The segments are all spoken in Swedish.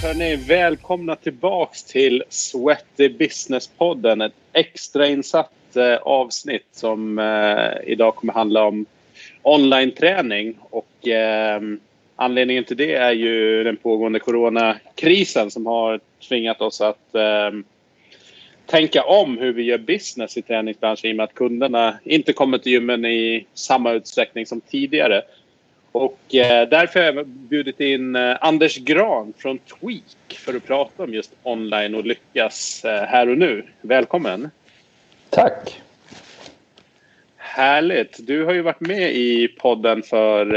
hörni, välkomna tillbaks till Sweaty Business-podden. Ett extrainsatt avsnitt som idag kommer handla om online-träning. Och anledningen till det är ju den pågående coronakrisen som har tvingat oss att tänka om hur vi gör business i träningsbranschen i och med att kunderna inte kommer till gymmen i samma utsträckning som tidigare. Och därför har jag bjudit in Anders Gran från Tweak för att prata om just online och lyckas här och nu. Välkommen! Tack! Härligt! Du har ju varit med i podden för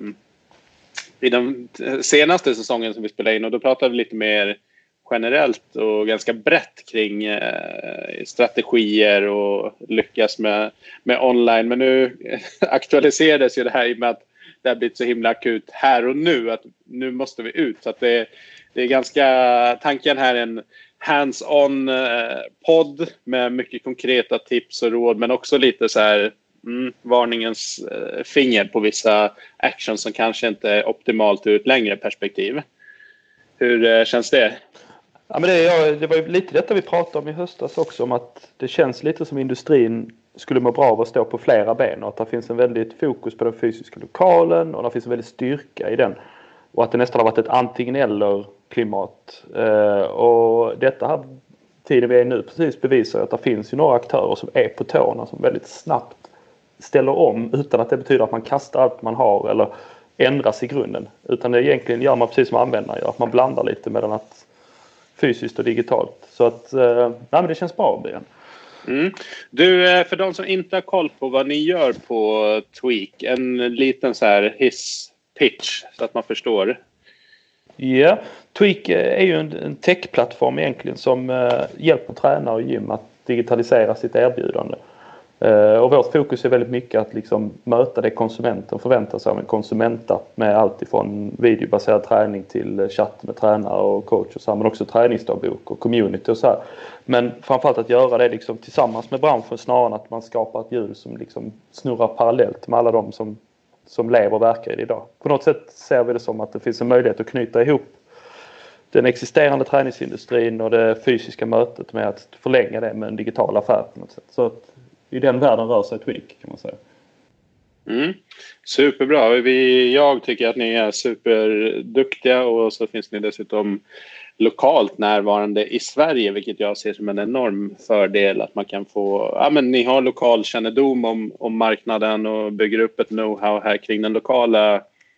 i den senaste säsongen som vi spelade in och då pratade vi lite mer generellt och ganska brett kring strategier och lyckas med online. Men nu aktualiserades ju det här i och med att det har blivit så himla akut här och nu att nu måste vi ut. Så att det är ganska, tanken här är en hands-on podd med mycket konkreta tips och råd men också lite så här varningens finger på vissa actions som kanske inte är optimalt ur ett längre perspektiv. Hur känns det? Ja, men det var ju lite detta vi pratade om i höstas också, om att det känns lite som industrin skulle må bra av att stå på flera ben och att det finns en väldigt fokus på den fysiska lokalen och det finns en väldigt styrka i den och att det nästan har varit ett antingen eller klimat och detta här tiden vi är nu precis bevisar att det finns ju några aktörer som är på tårna som väldigt snabbt ställer om utan att det betyder att man kastar allt man har eller ändras i grunden, utan det egentligen gör man precis som användare gör, att man blandar lite mellan att fysiskt och digitalt. Så att nej, men det känns bra igen. Du, för de som inte har koll på vad ni gör på Tweak, en liten så här hiss-pitch så att man förstår. Ja, Tweak är ju en techplattform egentligen som hjälper tränare och gym att digitalisera sitt erbjudande. Och vårt fokus är väldigt mycket att liksom möta det konsumenten förväntar sig av en konsumentapp med allt ifrån videobaserad träning till chatt med tränare och coach och så, men också träningsdagbok och community och så här. Men framförallt att göra det liksom tillsammans med branschen snarare än att man skapar ett hjul som liksom snurrar parallellt med alla de som lever och verkar i det idag. På något sätt ser vi det som att det finns en möjlighet att knyta ihop den existerande träningsindustrin och det fysiska mötet med att förlänga det med en digital affär på något sätt. Så att i den världen rör sig Tweak kan man säga. Superbra. Jag tycker att ni är superduktiga och så finns ni dessutom lokalt närvarande i Sverige, vilket jag ser som en enorm fördel att man kan få, men ni har lokal kännedom om marknaden och bygger upp ett know-how här kring den lokala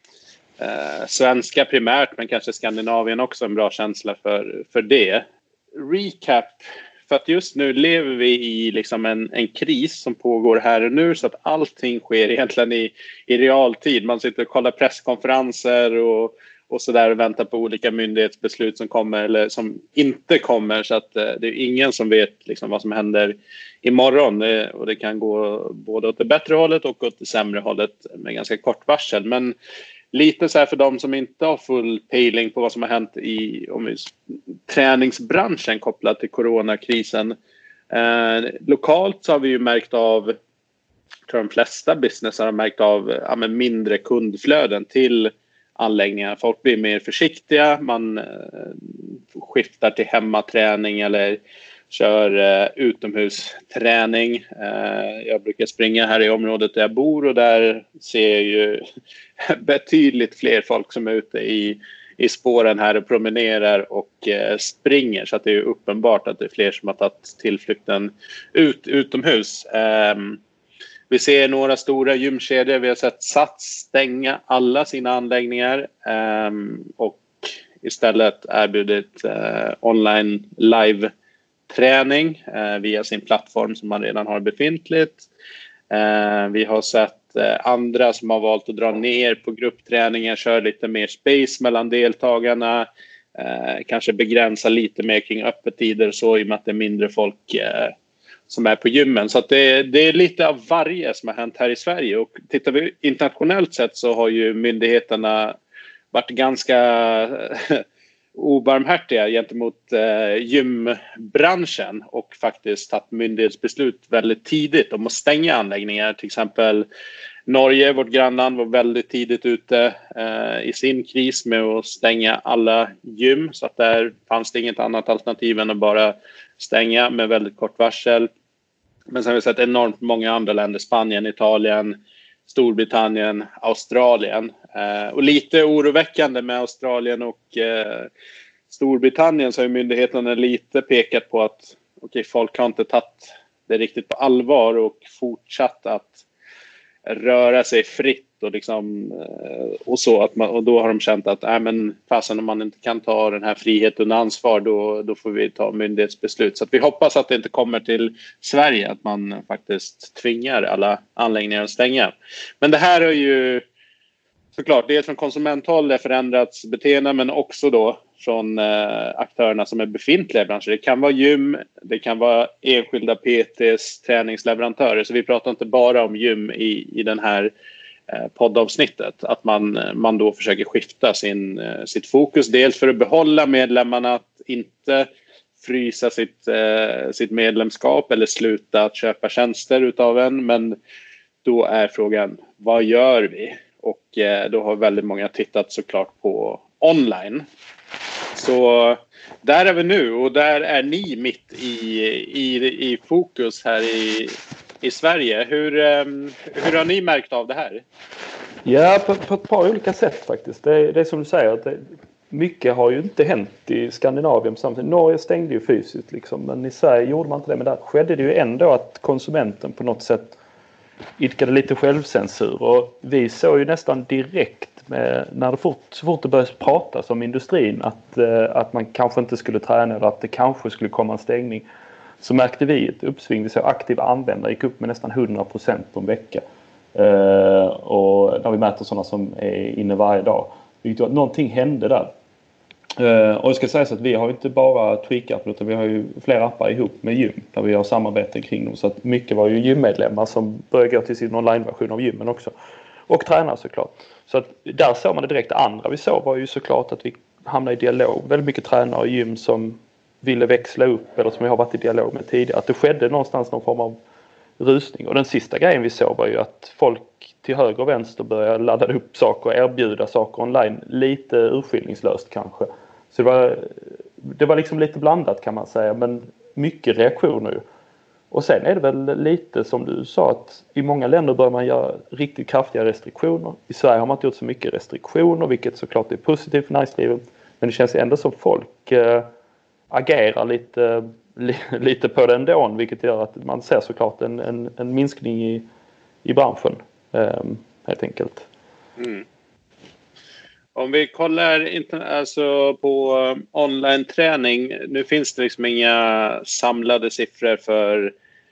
svenska primärt, men kanske Skandinavien också en bra känsla för det. Recap. För att just nu lever vi i liksom en kris som pågår här och nu så att allting sker egentligen i realtid. Man sitter och kollar presskonferenser och så där och väntar på olika myndighetsbeslut som kommer eller som inte kommer. Så att det är ingen som vet liksom vad som händer imorgon. Och det kan gå både åt det bättre hållet och åt det sämre hållet med ganska kort varsel. Men lite så här för de som inte har full pejling på vad som har hänt i träningsbranschen kopplat till coronakrisen. Lokalt så har vi ju märkt av, jag tror de flesta business har märkt av mindre kundflöden till anläggningar. Folk blir mer försiktiga, man skiftar till hemmaträning eller kör utomhusträning. Jag brukar springa här i området där jag bor och där ser jag ju betydligt fler folk som är ute i spåren här och promenerar och springer. Så att det är uppenbart att det är fler som har tagit tillflykten utomhus. Vi ser några stora gymkedjor. Vi har sett Sats stänga alla sina anläggningar och istället erbjudit online live träning via sin plattform som man redan har befintligt. Vi har sett andra som har valt att dra ner på gruppträningar, kör lite mer space mellan deltagarna, kanske begränsa lite mer kring öppettider så i och med att det är mindre folk som är på gymmen. Så att det är lite av varje som har hänt här i Sverige. Och tittar vi internationellt sett så har ju myndigheterna varit ganska obarmhärtiga gentemot gymbranschen och faktiskt tagit myndighetsbeslut väldigt tidigt om att stänga anläggningar. Till exempel Norge, vårt grannland, var väldigt tidigt ute i sin kris med att stänga alla gym. Så att där fanns det inget annat alternativ än att bara stänga med väldigt kort varsel. Men sen har vi sett enormt många andra länder, Spanien, Italien, Storbritannien, Australien. Och lite oroväckande med Australien och Storbritannien, så har myndigheterna lite pekat på att folk har inte tagit det riktigt på allvar och fortsatt att röra sig fritt och liksom och så och då har de känt att fasen, om man inte kan ta den här friheten under ansvar, då får vi ta myndighetsbeslut. Så att vi hoppas att det inte kommer till Sverige, att man faktiskt tvingar alla anläggningar att stänga. Men det här har ju såklart, dels från konsumenthåll det förändrats beteende, men också då från aktörerna som är befintliga i branschen. Det kan vara gym, det kan vara enskilda PTs, träningsleverantörer. Så vi pratar inte bara om gym i den här poddavsnittet. Att man då försöker skifta sitt fokus. Dels för att behålla medlemmarna, att inte frysa sitt medlemskap eller sluta att köpa tjänster utav en. Men då är frågan, vad gör vi? Och då har väldigt många tittat såklart på online. Så där är vi nu, och där är ni mitt i fokus här i Sverige. Hur har ni märkt av det här? Ja, på ett par olika sätt faktiskt. Det är som du säger, att mycket har ju inte hänt i Skandinavien samtidigt. Norge stängde ju fysiskt liksom, men i Sverige gjorde man inte det. Men där skedde det ju ändå att konsumenten på något sätt idkade lite självcensur, och vi såg ju nästan direkt när så fort det började pratas om industrin att man kanske inte skulle träna eller att det kanske skulle komma en stängning, så märkte vi ett uppsving. Vi såg aktiva användare gick upp med nästan 100% på en vecka, och när vi mäter sådana som är inne varje dag, vilket att någonting hände där. Och jag ska säga så att vi har inte bara Tweak-appen, utan vi har ju flera appar ihop med gym där vi har samarbete kring dem. Så att mycket var ju gymmedlemmar som började gå till sin online-version av gymmen också. Och tränare såklart. Så att där såg man det direkt. Det andra vi såg var ju såklart att vi hamnade i dialog. Väldigt mycket tränare och gym som ville växla upp, eller som vi har varit i dialog med tidigare. Att det skedde någonstans någon form av rusning. Och den sista grejen vi såg var ju att folk till höger och vänster började ladda upp saker och erbjuda saker online. Lite urskillningslöst kanske. Så det var liksom lite blandat kan man säga, men mycket reaktioner ju. Och sen är det väl lite som du sa, att i många länder börjar man göra riktigt kraftiga restriktioner. I Sverige har man inte gjort så mycket restriktioner, vilket såklart är positivt för näringslivet. Men det känns ändå som folk agerar lite på den dån, vilket gör att man ser såklart en minskning i branschen helt enkelt. Mm. Om vi kollar på online-träning, nu finns det liksom inga samlade siffror för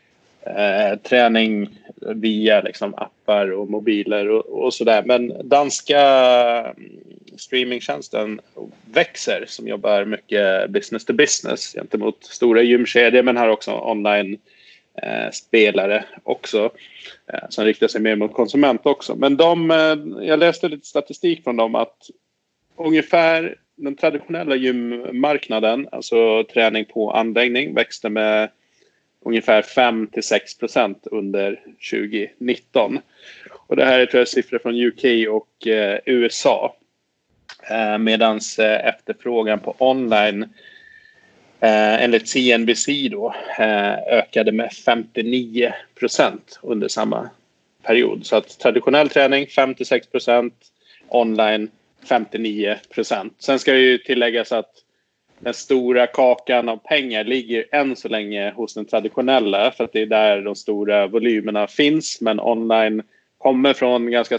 träning via liksom appar och mobiler och sådär. Men danska streamingtjänsten växer, som jobbar mycket business to business gentemot stora gymkedjor, men har också online spelare också som riktar sig mer mot konsument också. Men jag läste lite statistik från dem att ungefär den traditionella gymmarknaden, alltså träning på anläggning, växte med ungefär 5-6% under 2019. Och det här är tror jag siffror från UK och USA. Medans efterfrågan på online enligt CNBC då ökade med 59% under samma period. Så att traditionell träning 5-6%, online 59%. Sen ska det ju tilläggas att den stora kakan av pengar ligger än så länge hos den traditionella, för att det är där de stora volymerna finns. Men online kommer från ganska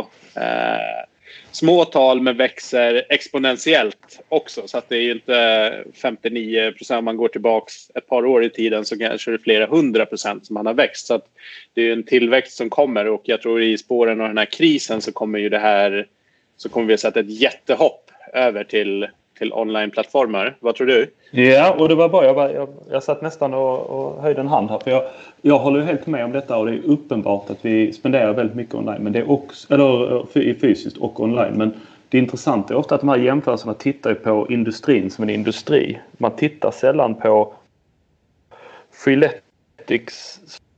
små tal, men växer exponentiellt också. Så att det är ju inte 59%. Om man går tillbaks ett par år i tiden så kanske det är flera 100% som man har växt. Så att det är en tillväxt som kommer, och jag tror i spåren av den här krisen så kommer vi att sätta ett jättehopp över till online-plattformar. Vad tror du? Ja, och det var bara jag satt nästan och höjde en hand här, för jag håller ju helt med om detta, och det är uppenbart att vi spenderar väldigt mycket online, men det är också, eller fysiskt och online. Men det intressanta är ofta att de här jämförelserna tittar på industrin som en industri. Man tittar sällan på Freeletics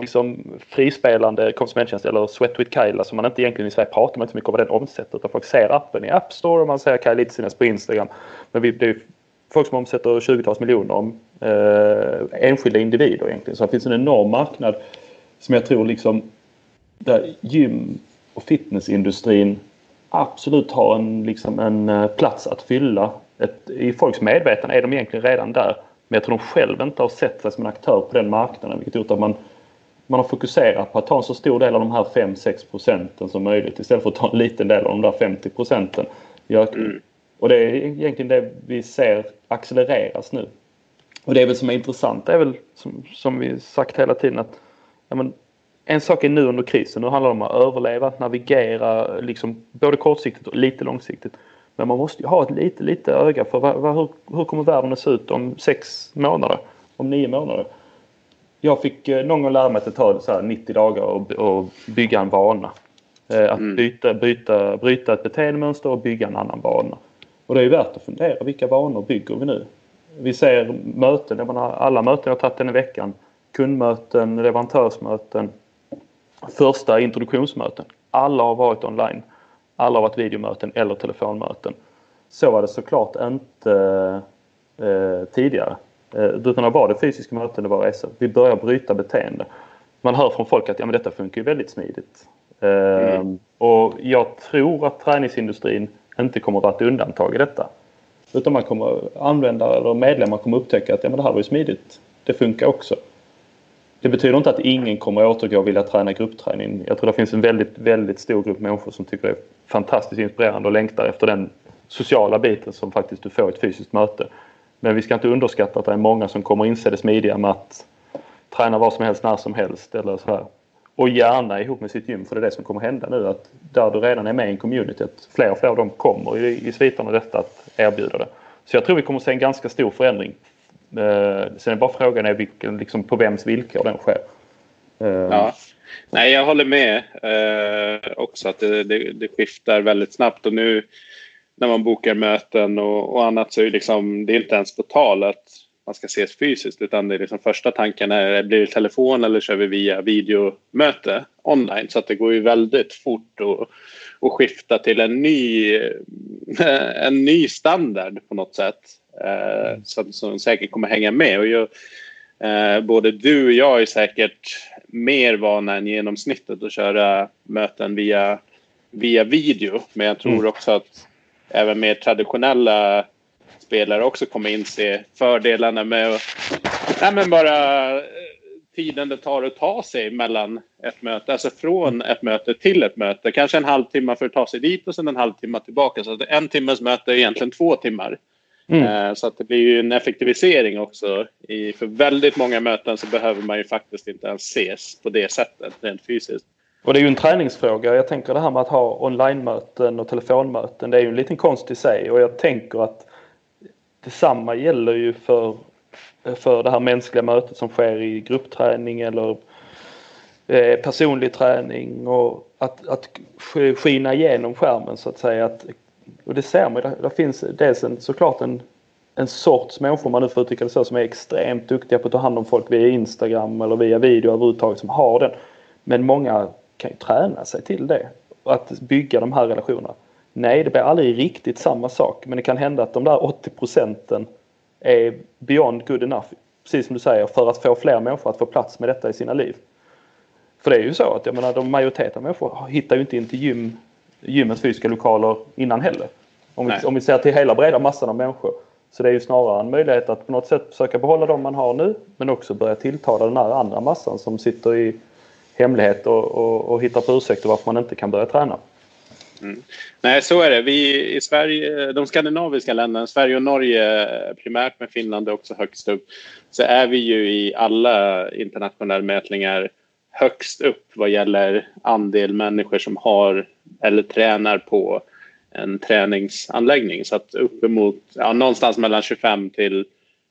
liksom frispelande konsumenttjänst eller Sweat with Kyle som man inte egentligen i Sverige pratar man inte så mycket om vad den omsätter, utan folk ser appen i App Store och man ser Kyle Litsiness på Instagram. Men det är folk som omsätter 20-tals miljoner om enskilda individer egentligen. Så det finns en enorm marknad som jag tror liksom där gym- och fitnessindustrin absolut har en plats att fylla. I folks medvetande är de egentligen redan där. Men jag tror de själva inte har sett sig som en aktör på den marknaden. Vilket gjort att man har fokuserat på att ta en så stor del av de här 5-6% som möjligt. Istället för att ta en liten del av de där 50%. Och det är egentligen det vi ser accelereras nu. Och det är väl som är intressant. Det är väl som vi sagt hela tiden att en sak är nu under krisen. Nu handlar det om att överleva, att navigera liksom, både kortsiktigt och lite långsiktigt. Men man måste ju ha ett lite öga för hur kommer världen att se ut om 6 månader, om 9 månader. Jag fick någon gång lära mig att det tar så här 90 dagar och bygga en vana. Att bryta ett beteendemönster och bygga en annan vana. Och det är ju värt att fundera, vilka vanor bygger vi nu? Vi ser möten, alla möten jag har tagit den i veckan. Kundmöten, leverantörsmöten, första introduktionsmöten. Alla har varit online. Alla har varit videomöten eller telefonmöten. Så var det såklart inte tidigare. Utan det var det fysiska möten, det var resor. Vi börjar bryta beteende. Man hör från folk att detta funkar ju väldigt smidigt. Och jag tror att träningsindustrin inte kommer att vara ett undantag i detta. Utan man kommer använda, eller medlemmar kommer upptäcka att det här var ju smidigt. Det funkar också. Det betyder inte att ingen kommer att återgå och vilja träna gruppträning. Jag tror det finns en väldigt, väldigt stor grupp människor som tycker det är fantastiskt inspirerande och längtar efter den sociala biten som faktiskt du får ett fysiskt möte. Men vi ska inte underskatta att det är många som kommer inse det smidiga med att träna vad som helst, när som helst eller så här. Och gärna ihop med sitt gym, för det är det som kommer hända nu. Att där du redan är med i en community, att fler och fler av dem kommer i sviterna av detta att erbjuda det. Så jag tror vi kommer att se en ganska stor förändring. Sen är bara frågan är vilken, liksom på vems villkor den sker. Ja. Nej, jag håller med också att det skiftar väldigt snabbt. Och nu när man bokar möten och annat så är det är inte ens på tal att man ska ses fysiskt, utan det är liksom första tanken är, blir det telefon eller kör vi via videomöte online, så att det går ju väldigt fort och skifta till en ny standard på något sätt som säkert kommer hänga med. Och både du och jag är säkert mer vana än genomsnittet att köra möten via video, men jag tror också att även mer traditionella spelare också kommer inse fördelarna med bara tiden det tar att ta sig mellan ett möte, alltså från ett möte till ett möte. Kanske en halvtimme för att ta sig dit och sen en halvtimme tillbaka. Så att en timmes möte är egentligen 2 timmar. Så att det blir ju en effektivisering också. För väldigt många möten så behöver man ju faktiskt inte ens ses på det sättet, rent fysiskt. Och det är ju en träningsfråga. Jag tänker det här med att ha online-möten och telefonmöten, det är ju en liten konst i sig. Och jag tänker att detsamma gäller ju för det här mänskliga mötet som sker i gruppträning eller personlig träning, och att skina igenom skärmen så att säga. Och det ser man, det finns dels såklart en sorts människor, man nu får uttrycka det så, som är extremt duktiga på att ta hand om folk via Instagram eller via video överhuvudtaget, som har den. Men många kan ju träna sig till det. Att bygga de här relationerna. Nej, det blir aldrig riktigt samma sak. Men det kan hända att de där 80% är beyond good enough. Precis som du säger, för att få fler människor att få plats med detta i sina liv. För det är ju så att de majoriteten av människor hittar ju inte in till gymmets fysiska lokaler innan heller. Om vi ser till hela breda massan av människor. Så det är ju snarare en möjlighet att på något sätt försöka behålla dem man har nu. Men också börja tilltala den här andra massan som sitter i hemlighet och hittar på ursäkter varför man inte kan börja träna. Nej, så är det. Vi i Sverige, de skandinaviska länderna, Sverige och Norge primärt, med Finland är också högst upp, så är vi ju i alla internationella mätningar högst upp vad gäller andel människor som har eller tränar på en träningsanläggning. Så att uppemot någonstans mellan 25-22%,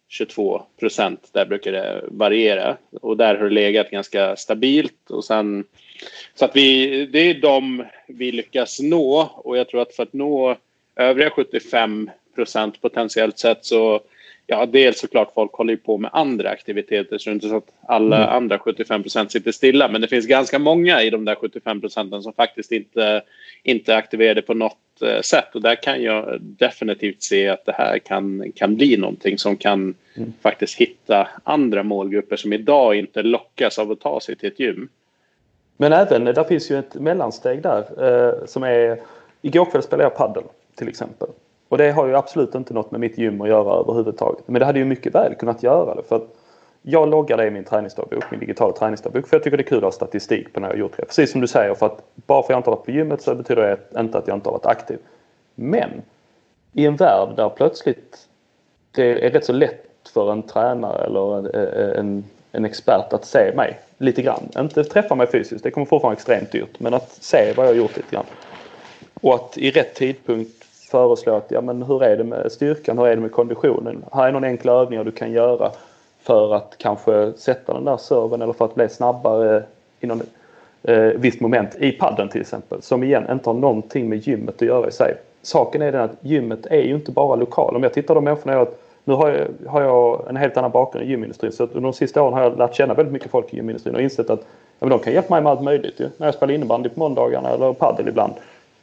där brukar det variera. Och där har det legat ganska stabilt. Och sen, så att det är de vi lyckas nå. Och jag tror att för att nå övriga 75% potentiellt sett, så ja, dels såklart folk håller ju på med andra aktiviteter, så det är inte så att alla andra 75% sitter stilla, men det finns ganska många i de där 75% som faktiskt inte är aktiverade på något sätt, och där kan jag definitivt se att det här kan bli någonting som kan faktiskt hitta andra målgrupper som idag inte lockas av att ta sig till ett gym. Men även, där finns ju ett mellansteg där som är, igår kväll spelade jag paddel till exempel. Och det har ju absolut inte något med mitt gym att göra överhuvudtaget. Men det hade ju mycket väl kunnat göra det. För att jag loggar det i min träningsdagbok, min digitala träningsdagbok. För jag tycker det är kul att ha statistik på när jag har gjort det. Precis som du säger, för att bara för att jag inte har varit på gymmet så betyder det inte att jag inte har varit aktiv. Men i en värld där plötsligt det är rätt så lätt för en tränare eller en expert att se mig lite grann. Inte träffa mig fysiskt, det kommer fortfarande extremt dyrt. Men att se vad jag har gjort lite grann. Och att i rätt tidpunkt föreslå att ja, men hur är det med styrkan, hur är det med konditionen? Här är någon enkla övningar du kan göra för att kanske sätta den där serven eller för att bli snabbare i någon visst moment i padden till exempel. Som igen inte har någonting med gymmet att göra i sig. Saken är den att gymmet är ju inte bara lokal. Om jag tittar på människorna, nu har jag en helt annan bakgrund i gymindustrin, så under de sista åren har jag lärt känna väldigt mycket folk i gymindustrin och insett att ja, men de kan hjälpa mig med allt möjligt. Ju. När jag spelar innebandy på måndagarna eller paddel ibland.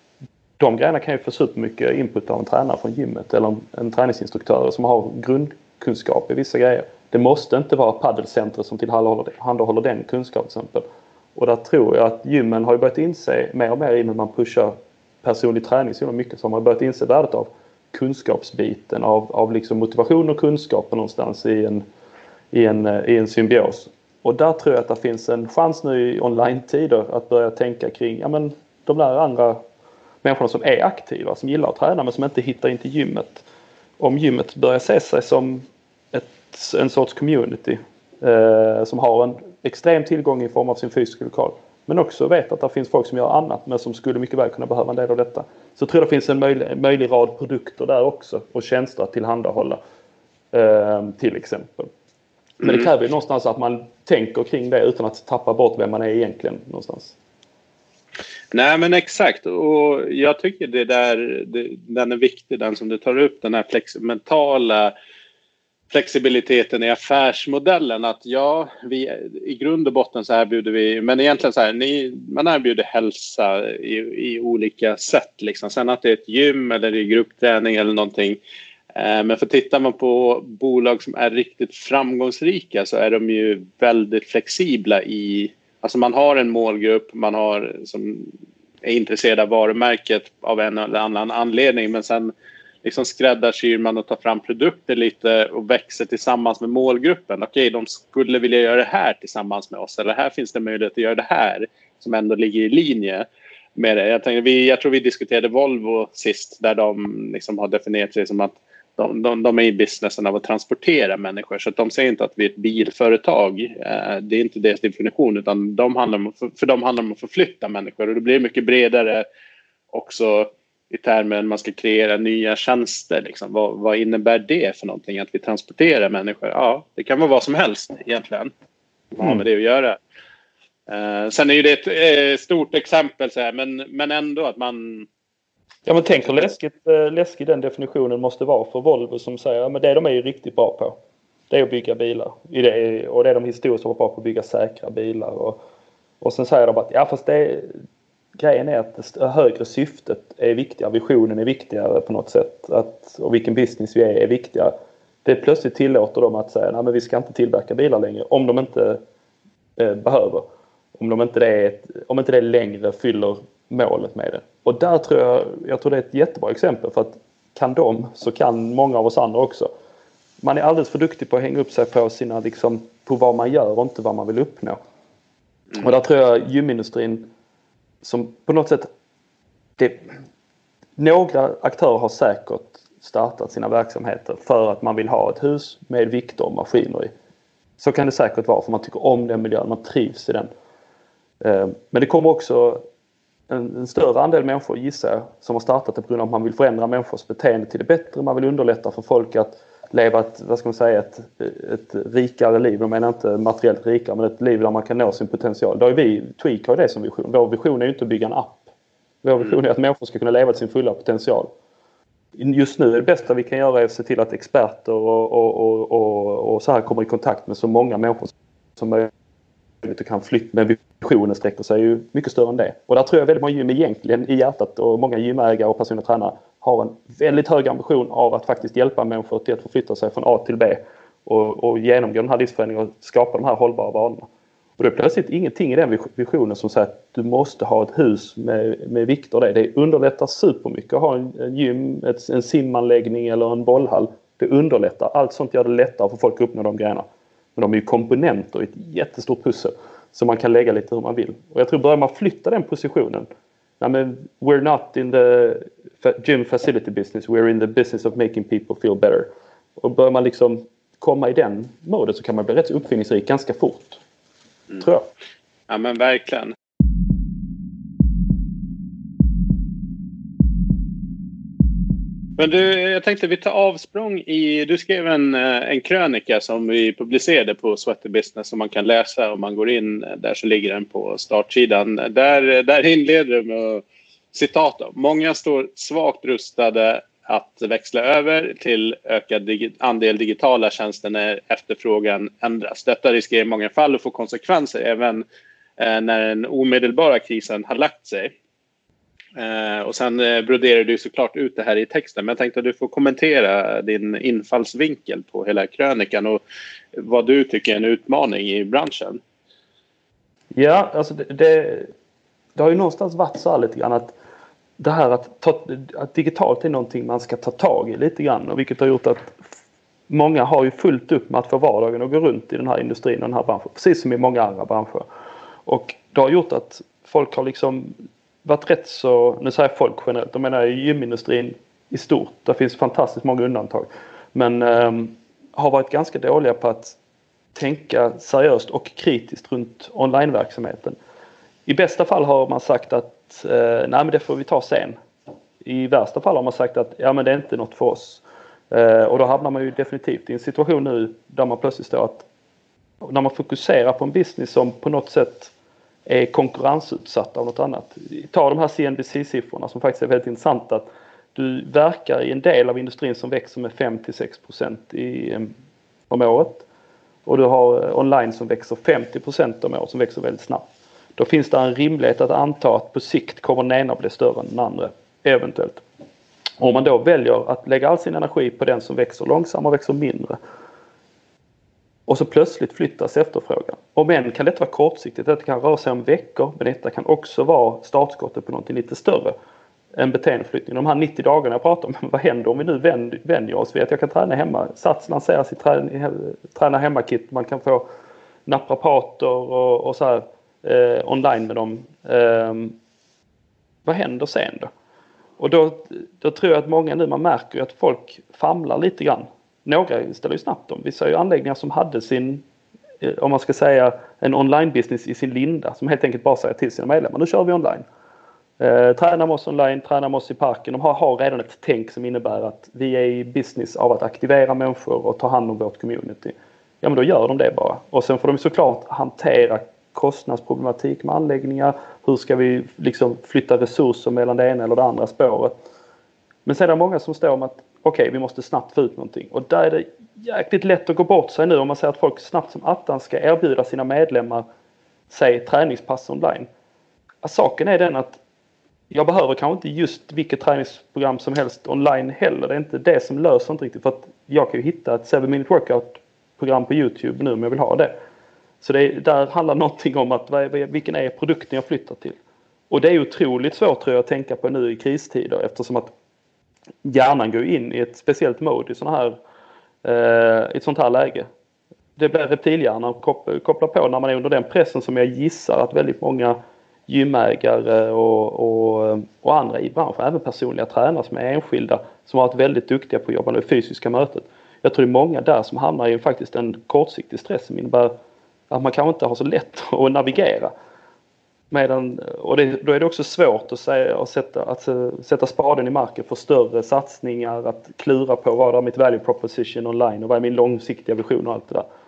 De grejerna kan ju få supermycket input av en tränare från gymmet eller en träningsinstruktör som har grundkunskap i vissa grejer. Det måste inte vara paddelcenter som tillhandahåller den kunskapen till exempel. Och där tror jag att gymmen har ju börjat inse mer och mer i när man pushar personlig träning så mycket, som har börjat inse värdet av kunskapsbiten, av liksom motivation och kunskap någonstans i en symbios. Och där tror jag att det finns en chans nu i online-tider att börja tänka kring ja, men de där andra människorna som är aktiva, som gillar att träna men som inte hittar in till gymmet. Om gymmet börjar se sig som en sorts community som har en extrem tillgång i form av sin fysiska lokal, men också vet att det finns folk som gör annat men som skulle mycket väl kunna behöva en del av detta. Så jag tror det finns en möjlig rad produkter där också och tjänster att tillhandahålla till exempel. Men det kräver ju någonstans att man tänker kring det utan att tappa bort vem man är egentligen någonstans. Nej, men exakt, och jag tycker den är viktig, den som du tar upp, den här mentala flexibiliteten i affärsmodellen, att ja, vi i grund och botten så erbjuder vi, men egentligen så här, man erbjuder hälsa i olika sätt liksom. Sen att det är ett gym eller det är gruppträning eller någonting, men för tittar man på bolag som är riktigt framgångsrika så är de ju väldigt flexibla i, alltså man har en målgrupp, man har som är intresserad av varumärket av en eller annan anledning, men sen liksom skräddarsyr man och tar fram produkter lite och växer tillsammans med målgruppen. Okej, de skulle vilja göra det här tillsammans med oss, eller här finns det möjlighet att göra det här som ändå ligger i linje med det. Jag tror vi diskuterade Volvo sist, där de liksom har definierat sig som att de är i businessen av att transportera människor, så att de säger inte att vi är ett bilföretag. Det är inte deras definition, utan de handlar om att förflytta människor, och det blir mycket bredare också i termen man ska kreera nya tjänster. Liksom. Vad innebär det för någonting att vi transporterar människor? Ja, det kan vara vad som helst egentligen. Vad har med det att göra? Sen är ju det ett stort exempel, så här, men ändå att man... Ja, men tänk hur läskig den definitionen måste vara för Volvo, som säger men det de är ju riktigt bra på, det är att bygga bilar. Och det är de historiskt varit bra på att bygga säkra bilar. Och sen säger de att ja, fast grejen är att det högre syftet är viktigare, visionen är viktigare på något sätt. Och vilken business vi är viktigare. Det plötsligt tillåter dem att säga nej, men vi ska inte tillverka bilar längre om de inte behöver. Om inte det längre fyller målet med det. Och där tror jag tror det är ett jättebra exempel, för att kan de så kan många av oss andra också. Man är alldeles för duktig på att hänga upp sig på sina liksom, på vad man gör och inte vad man vill uppnå. Och där tror jag gymindustrin som på något sätt några aktörer har säkert startat sina verksamheter för att man vill ha ett hus med vikter och maskiner i. Så kan det säkert vara, för man tycker om den miljön, man trivs i den. Men det kommer också en större andel människor, gissar jag, som har startat det på grund av att man vill förändra människors beteende till det bättre. Man vill underlätta för folk att leva ett rikare liv. Jag menar inte materiellt rikare, men ett liv där man kan nå sin potential. Då är Tweak har det som vision. Vår vision är ju inte att bygga en app. Vår vision är att människor ska kunna leva till sin fulla potential. just nu är det bästa vi kan göra är att se till att experter och så här kommer i kontakt med så många människor som möjligt och kan flytta, men visionen sträcker sig ju mycket större än det. Och där tror jag väldigt många gym egentligen i hjärtat och många gymägare och personliga tränare har en väldigt hög ambition av att faktiskt hjälpa människor till att förflytta sig från A till B och genomgå den här livsförändringen och skapa de här hållbara vanorna. Och det är plötsligt ingenting i den visionen som säger att du måste ha ett hus med vikter. Det underlättar supermycket att ha en gym, en simanläggning eller en bollhall. Det underlättar. Allt sånt gör det lättare för folk att uppnå de grejerna. Men de är ju komponenter i ett jättestort pussel som man kan lägga lite hur man vill. Och jag tror börjar man flytta den positionen. Nej, men we're not in the gym facility business. We're in the business of making people feel better. Och börjar man liksom komma i den modet så kan man bli rätt uppfinningsrik ganska fort. Tror jag. Ja, men verkligen. Men du, jag tänkte vi tar avsprång i... Du skrev en krönika som vi publicerade på Sweaty Business som man kan läsa om man går in där, så ligger den på startsidan. Där inleder du med citat. Många står svagt rustade att växla över till ökad andel digitala tjänster när efterfrågan ändras. Detta riskerar i många fall att få konsekvenser även när den omedelbara krisen har lagt sig. Och sen broderar du såklart ut det här i texten, men jag tänkte att du får kommentera din infallsvinkel på hela krönikan och vad du tycker är en utmaning i branschen. Ja, alltså det har ju någonstans varit så här lite grann att det här att digitalt är någonting man ska ta tag i lite grann, och vilket har gjort att många har ju fullt upp med att få vardagen att gå runt i den här industrin och den här branschen, precis som i många andra branscher. Och det har gjort att folk har liksom varit rätt så, nu säger folk generellt, jag menar gymindustrin i stort, det finns fantastiskt många undantag, men har varit ganska dåliga på att tänka seriöst och kritiskt runt onlineverksamheten. I bästa fall har man sagt att nej, men det får vi ta sen. I värsta fall har man sagt att ja, men det är inte något för oss. Och då hamnar man ju definitivt i en situation nu där man plötsligt står att när man fokuserar på en business som på något sätt är konkurrensutsatt av något annat. Ta de här CNBC-siffrorna som faktiskt är väldigt intressanta. Att du verkar i en del av industrin som växer med 5-6% om året. Och du har online som växer 50% om året, som växer väldigt snabbt. Då finns det en rimlighet att anta att på sikt kommer den ena bli större än den andra. Eventuellt. Om man då väljer att lägga all sin energi på den som växer långsammare och växer mindre. Och så plötsligt flyttas efterfrågan. Och än kan detta vara kortsiktigt. Det kan röra sig om veckor. Men detta kan också vara startskottet på något lite större än beteendeflyttning. De här 90 dagarna jag pratar om. Vad händer om vi nu vänjer oss vid att jag kan träna hemma? Sats lanserar sitt träna hemma-kit. Man kan få naprapater och så här online med dem. Vad händer sen då? Och då tror jag att många nu, man märker att folk famlar lite grann. Några ställer ju snabbt om. Vi ser ju anläggningar som hade sin, om man ska säga, en online-business i sin linda. Som helt enkelt bara säger till sina medlemmar, nu kör vi online. Träna med oss online, träna med oss i parken. De har redan ett tänk som innebär att vi är i business av att aktivera människor och ta hand om vårt community. Ja, men då gör de det bara. Och sen får de såklart hantera kostnadsproblematik med anläggningar. Hur ska vi liksom flytta resurser mellan det ena eller det andra spåret. Men sen är det många som står om att okej, vi måste snabbt få ut någonting. Och där är det jäkligt lätt att gå bort sig nu om man säger att folk snabbt som attan ska erbjuda sina medlemmar, säg träningspass online. Saken är den att jag behöver kanske inte just vilket träningsprogram som helst online heller. Det är inte det som löser inte riktigt. För att jag kan ju hitta ett 7-minute workout-program på YouTube nu om jag vill ha det. Så där handlar någonting om att vilken är produkten jag flyttar till. Och det är otroligt svårt tror jag att tänka på nu i kristider, eftersom att hjärnan går in i ett speciellt mode i ett sånt här läge. Det blir reptilhjärnan kopplar på när man är under den pressen som jag gissar att väldigt många gymägare och andra i branschen, även personliga tränare som är enskilda, som har varit väldigt duktiga på att jobba med det fysiska mötet. Jag tror det är många där som hamnar i faktiskt en kortsiktig stress som innebär att man kanske inte har så lätt att navigera. Då är det också svårt att sätta spaden i marken för större satsningar, att klura på vad är mitt value proposition online och vad är min långsiktiga vision och allt det där.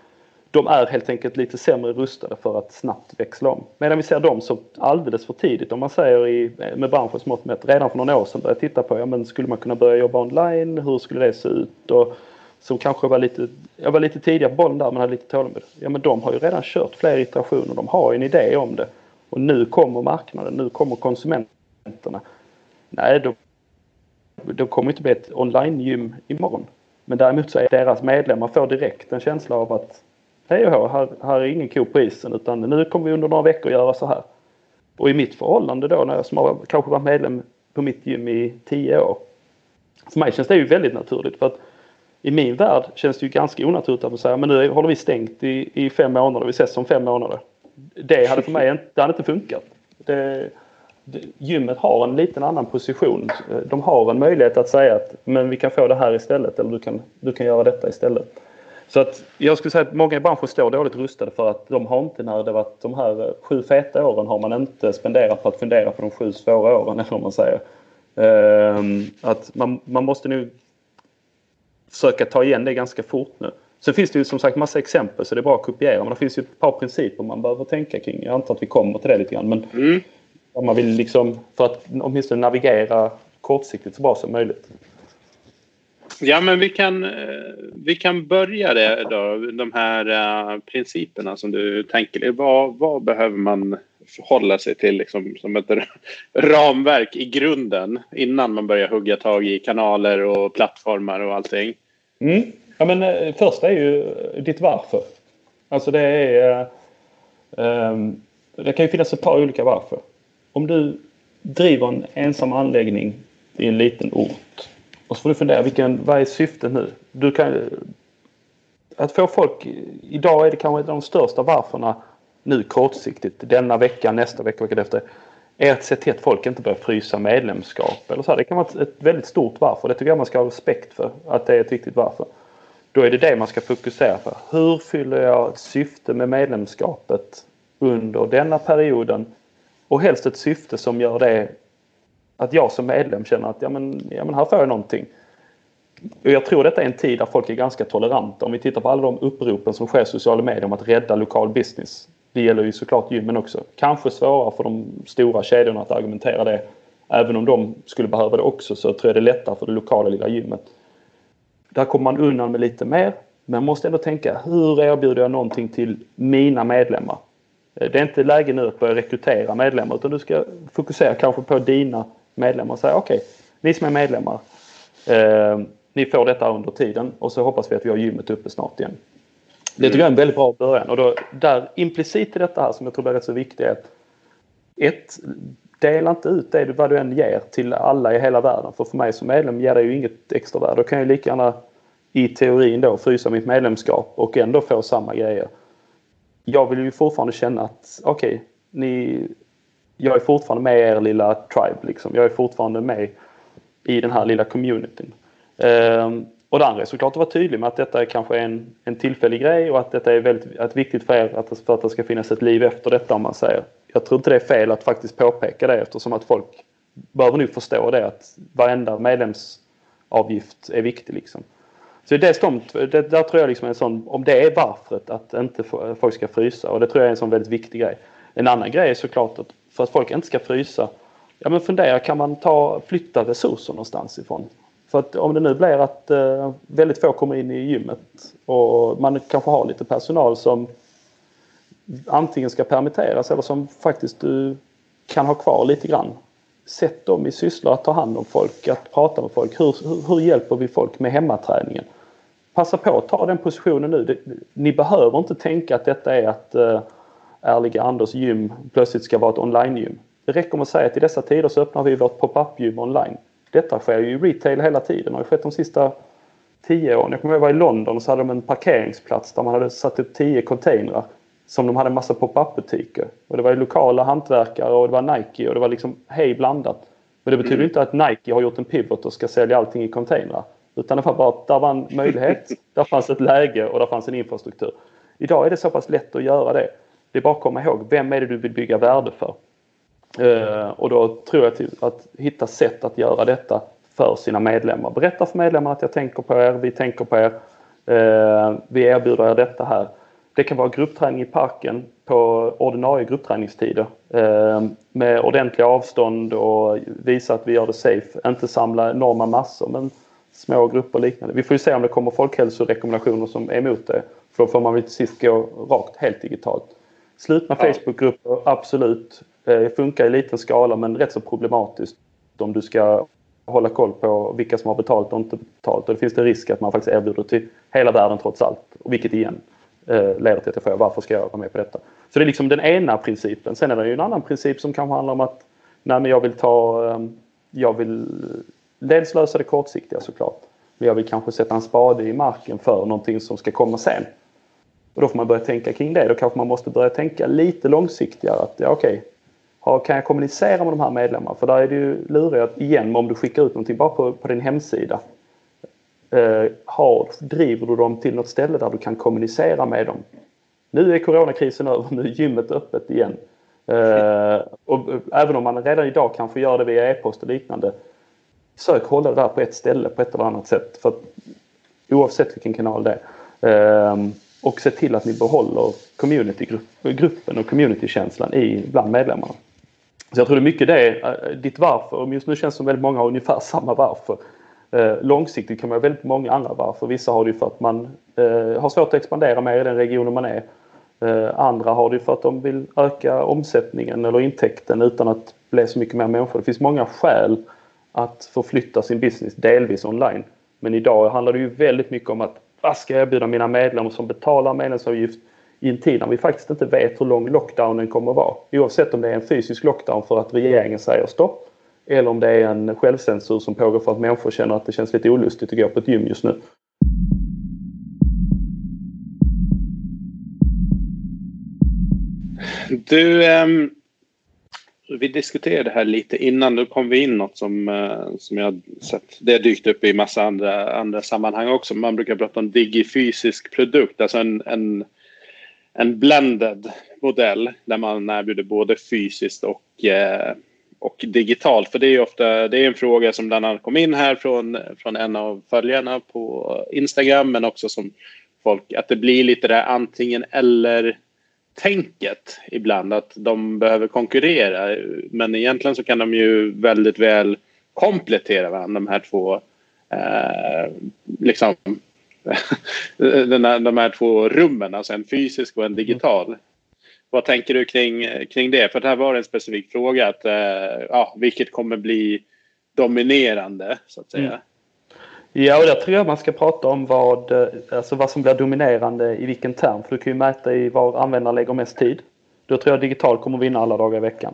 de är helt enkelt lite sämre rustade för att snabbt växla om. Medan vi ser dem så alldeles för tidigt, om man säger med branschens mått mätt, redan för några år sedan började titta på, ja men skulle man kunna börja jobba online, hur skulle det se ut? Och som kanske jag var lite tidigare på bollen där, men hade lite tålamod. Ja men de har ju redan kört fler iterationer, de har ju en idé om det. Och nu kommer marknaden, nu kommer konsumenterna. Nej, de kommer inte bli ett online-gym imorgon. Men däremot så är deras medlemmar får direkt en känsla av att hej och här är ingen ko på isen, utan nu kommer vi under några veckor göra så här. Och i mitt förhållande då, när jag kanske var medlem på mitt gym i 10 år. För mig känns det ju väldigt naturligt, för att i min värld känns det ju ganska onaturligt att säga, men nu håller vi stängt i 5 månader, vi ses om 5 månader. Det hade för mig inte funkat. Gymmet har en liten annan position. De har en möjlighet att säga att men vi kan få det här istället, eller du kan göra detta istället. Så att jag skulle säga att många i branschen står dåligt rustade för att de har inte, när det varit de här 7 feta åren, har man inte spenderat på att fundera på de 7 svåra åren, eller vad man säger. Att man måste nu försöka ta igen det ganska fort nu. Så finns det ju som sagt massa exempel, så det är bra att kopiera, men det finns ju ett par principer man behöver tänka kring. Jag antar att vi kommer till det lite grann, men om man vill liksom, för att åtminstone navigera kortsiktigt så bra som möjligt. Ja, men vi kan börja det då, de här principerna som du tänker. Vad behöver man förhålla sig till liksom, som ett ramverk i grunden innan man börjar hugga tag i kanaler och plattformar och allting? Ja, men första är ju ditt varför. Alltså det kan ju finnas ett par olika varför. Om du driver en ensam anläggning i en liten ort, och så får du fundera, vad är syftet nu? Att få folk, idag är det kanske ett av de största varförna nu kortsiktigt, denna vecka, nästa vecka, veckan efter, är att se till att folk inte börjar frysa medlemskap. Eller så här. Det kan vara ett väldigt stort varför. Det tycker jag man ska ha respekt för, att det är ett viktigt varför. Då är det man ska fokusera på. Hur fyller jag ett syfte med medlemskapet under denna perioden? Och helst ett syfte som gör det att jag som medlem känner att ja men här får jag någonting. Och jag tror detta är en tid där folk är ganska toleranta. Om vi tittar på alla de uppropen som sker i sociala medier om att rädda lokal business. Det gäller ju såklart gymmen också. Kanske svårare för de stora kedjorna att argumentera det. Även om de skulle behöva det också, så tror jag det är lättare för det lokala lilla gymmet. Där kommer man undan med lite mer. Men man måste ändå tänka, hur erbjuder jag någonting till mina medlemmar? Det är inte läge nu att börja rekrytera medlemmar, utan du ska fokusera kanske på dina medlemmar och säga okej, ni som är medlemmar, ni får detta under tiden och så hoppas vi att vi har gymmet uppe snart igen. Det tycker jag är en väldigt bra början, och då, där implicit i detta här som jag tror är rätt så viktigt är att dela inte ut det vad du än ger till alla i hela världen, för mig som medlem ger det ju inget extra värde. Då kan jag lika gärna i teorin då frysa mitt medlemskap och ändå få samma grejer. Jag vill ju fortfarande känna att jag är fortfarande med i er lilla tribe liksom. Jag är fortfarande med i den här lilla communityn. Och det andra är såklart att vara tydlig med att detta är kanske en tillfällig grej och att detta är väldigt viktigt för er för att det ska finnas ett liv efter detta, om man säger. Jag tror inte det är fel att faktiskt påpeka det, eftersom att folk behöver nu förstå det, att varenda medlemsavgift är viktig liksom. Så där tror jag liksom en sån, om det är varför att inte folk ska frysa, och det tror jag är en sån väldigt viktig grej. En annan grej är såklart att för att folk inte ska frysa, ja men fundera, kan man flytta resurser någonstans ifrån? För att om det nu blir att väldigt få kommer in i gymmet och man kanske har lite personal som antingen ska permitteras eller som faktiskt du kan ha kvar lite grann. Sätt dem i sysslor att ta hand om folk, att prata med folk. Hur hjälper vi folk med hemmaträningen? Passa på att ta den positionen nu. Ni behöver inte tänka att detta är att Ärliga Anders gym plötsligt ska vara ett online-gym. Det räcker med att säga att i dessa tider så öppnar vi vårt pop-up-gym online. Detta sker ju i retail hela tiden. Det har skett de sista 10 åren. Jag kommer ihåg att jag var i London och så hade de en parkeringsplats där man hade satt upp 10 containrar som de hade en massa pop-up-butiker. Och det var ju lokala hantverkare och det var Nike och det var liksom hej blandat. Men det betyder inte att Nike har gjort en pivot och ska sälja allting i containrar. Utan det var bara att där var en möjlighet, där fanns ett läge och där fanns en infrastruktur. Idag är det så pass lätt att göra det. Det är bara att komma ihåg, vem är det du vill bygga värde för? Och då tror jag att hitta sätt att göra detta för sina medlemmar. Berätta för medlemmarna att jag tänker på er, vi tänker på er, vi erbjuder er detta här. Det kan vara gruppträning i parken på ordinarie gruppträningstider med ordentliga avstånd och visa att vi gör det safe. Inte samla enorma massor men små grupper och liknande. Vi får ju se om det kommer folkhälsorekommendationer som är emot det. För då får man väl till sist gå rakt helt digitalt. Slutna Facebookgrupper, absolut. Funkar i liten skala men rätt så problematiskt om du ska hålla koll på vilka som har betalt och inte betalt. Och det finns det risk att man faktiskt erbjuder till hela världen trots allt. Och vilket igen leder till att jag frågar varför ska jag vara med på detta. Så det är liksom den ena principen. Sen är det ju en annan princip som kan handla om att nej, men jag vill dels lösa det kortsiktiga såklart. Men jag vill kanske sätta en spade i marken för någonting som ska komma sen. Och då får man börja tänka kring det. Då kanske man måste börja tänka lite långsiktigare. Att ja, okej. Kan jag kommunicera med de här medlemmarna? För där är det ju lurigt igen om du skickar ut någonting bara på din hemsida. Driver du dem till något ställe där du kan kommunicera med dem? Nu är coronakrisen över, nu är gymmet öppet igen. Och även om man redan idag kanske gör det via e-post och liknande. Sök hålla det där på ett ställe på ett eller annat sätt. För att, oavsett vilken kanal det är. Och se till att ni behåller communitygruppen och communitykänslan bland medlemmarna. Så jag tror det är mycket det, ditt varför. Och just nu känns det som väldigt många har ungefär samma varför. Långsiktigt kan man ha väldigt många andra varför. Vissa har det ju för att man har svårt att expandera mer i den regionen man är. Andra har det ju för att de vill öka omsättningen eller intäkten utan att bli så mycket mer människor. Det finns många skäl att förflytta sin business delvis online. Men idag handlar det ju väldigt mycket om att vad ska jag erbjuda mina medlemmar som betalar medlemsavgift i en tid när vi faktiskt inte vet hur lång lockdownen kommer att vara. Oavsett om det är en fysisk lockdown för att regeringen säger stopp eller om det är en självcensur som pågår för att människor känner att det känns lite olustigt att gå på ett gym just nu. Du, vi diskuterade det här lite innan. Då kom vi in något som jag har sett. Det har dykt upp i massa andra sammanhang också. Man brukar prata om digifysisk produkt. Alltså en blended modell där man erbjuder både fysiskt och digitalt. För det är ju ofta en fråga som bland annat kom in här från en av följarna på Instagram. Men också som folk, att det blir lite det antingen eller tänket ibland att de behöver konkurrera, men egentligen så kan de ju väldigt väl komplettera varandra, de här två liksom de här två rummen, alltså en fysisk och en digital. Vad tänker du kring det? För det här var en specifik fråga att vilket kommer bli dominerande så att säga. Ja, och där tror jag man ska prata om vad som blir dominerande i vilken term. För du kan ju mäta i var användaren lägger mest tid. Då tror jag digital kommer vinna alla dagar i veckan.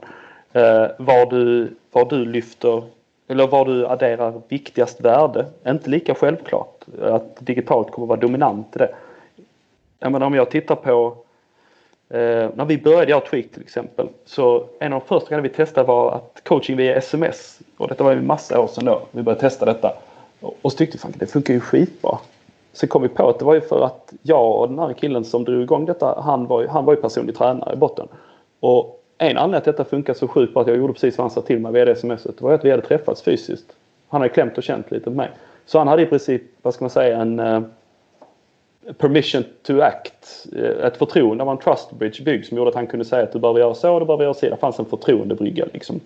Var du lyfter eller var du adderar viktigast värde. Inte lika självklart att digitalt kommer vara dominant i det. Jag menar, om jag tittar på när vi började göra Tweak till exempel, så en av de första grejerna vi testade var att coaching via sms. Och detta var ju en massa år sedan då vi började testa detta. Och så tyckte vi det funkar ju skitbra. Så kom vi på att det var ju för att jag och den här killen som drog igång detta, han var ju personlig tränare i botten. Och en anledning att detta funkar så sjukt på att jag gjorde precis vad han sa till mig via det smset var att vi hade träffats fysiskt. Han hade klämt och känt lite med mig. Så han hade i princip, vad ska man säga, en permission to act. Ett förtroende, det var en trust bridge bygg som gjorde att han kunde säga att du behöver göra så och du behöver göra så. Det fanns en förtroendebrygga liksom.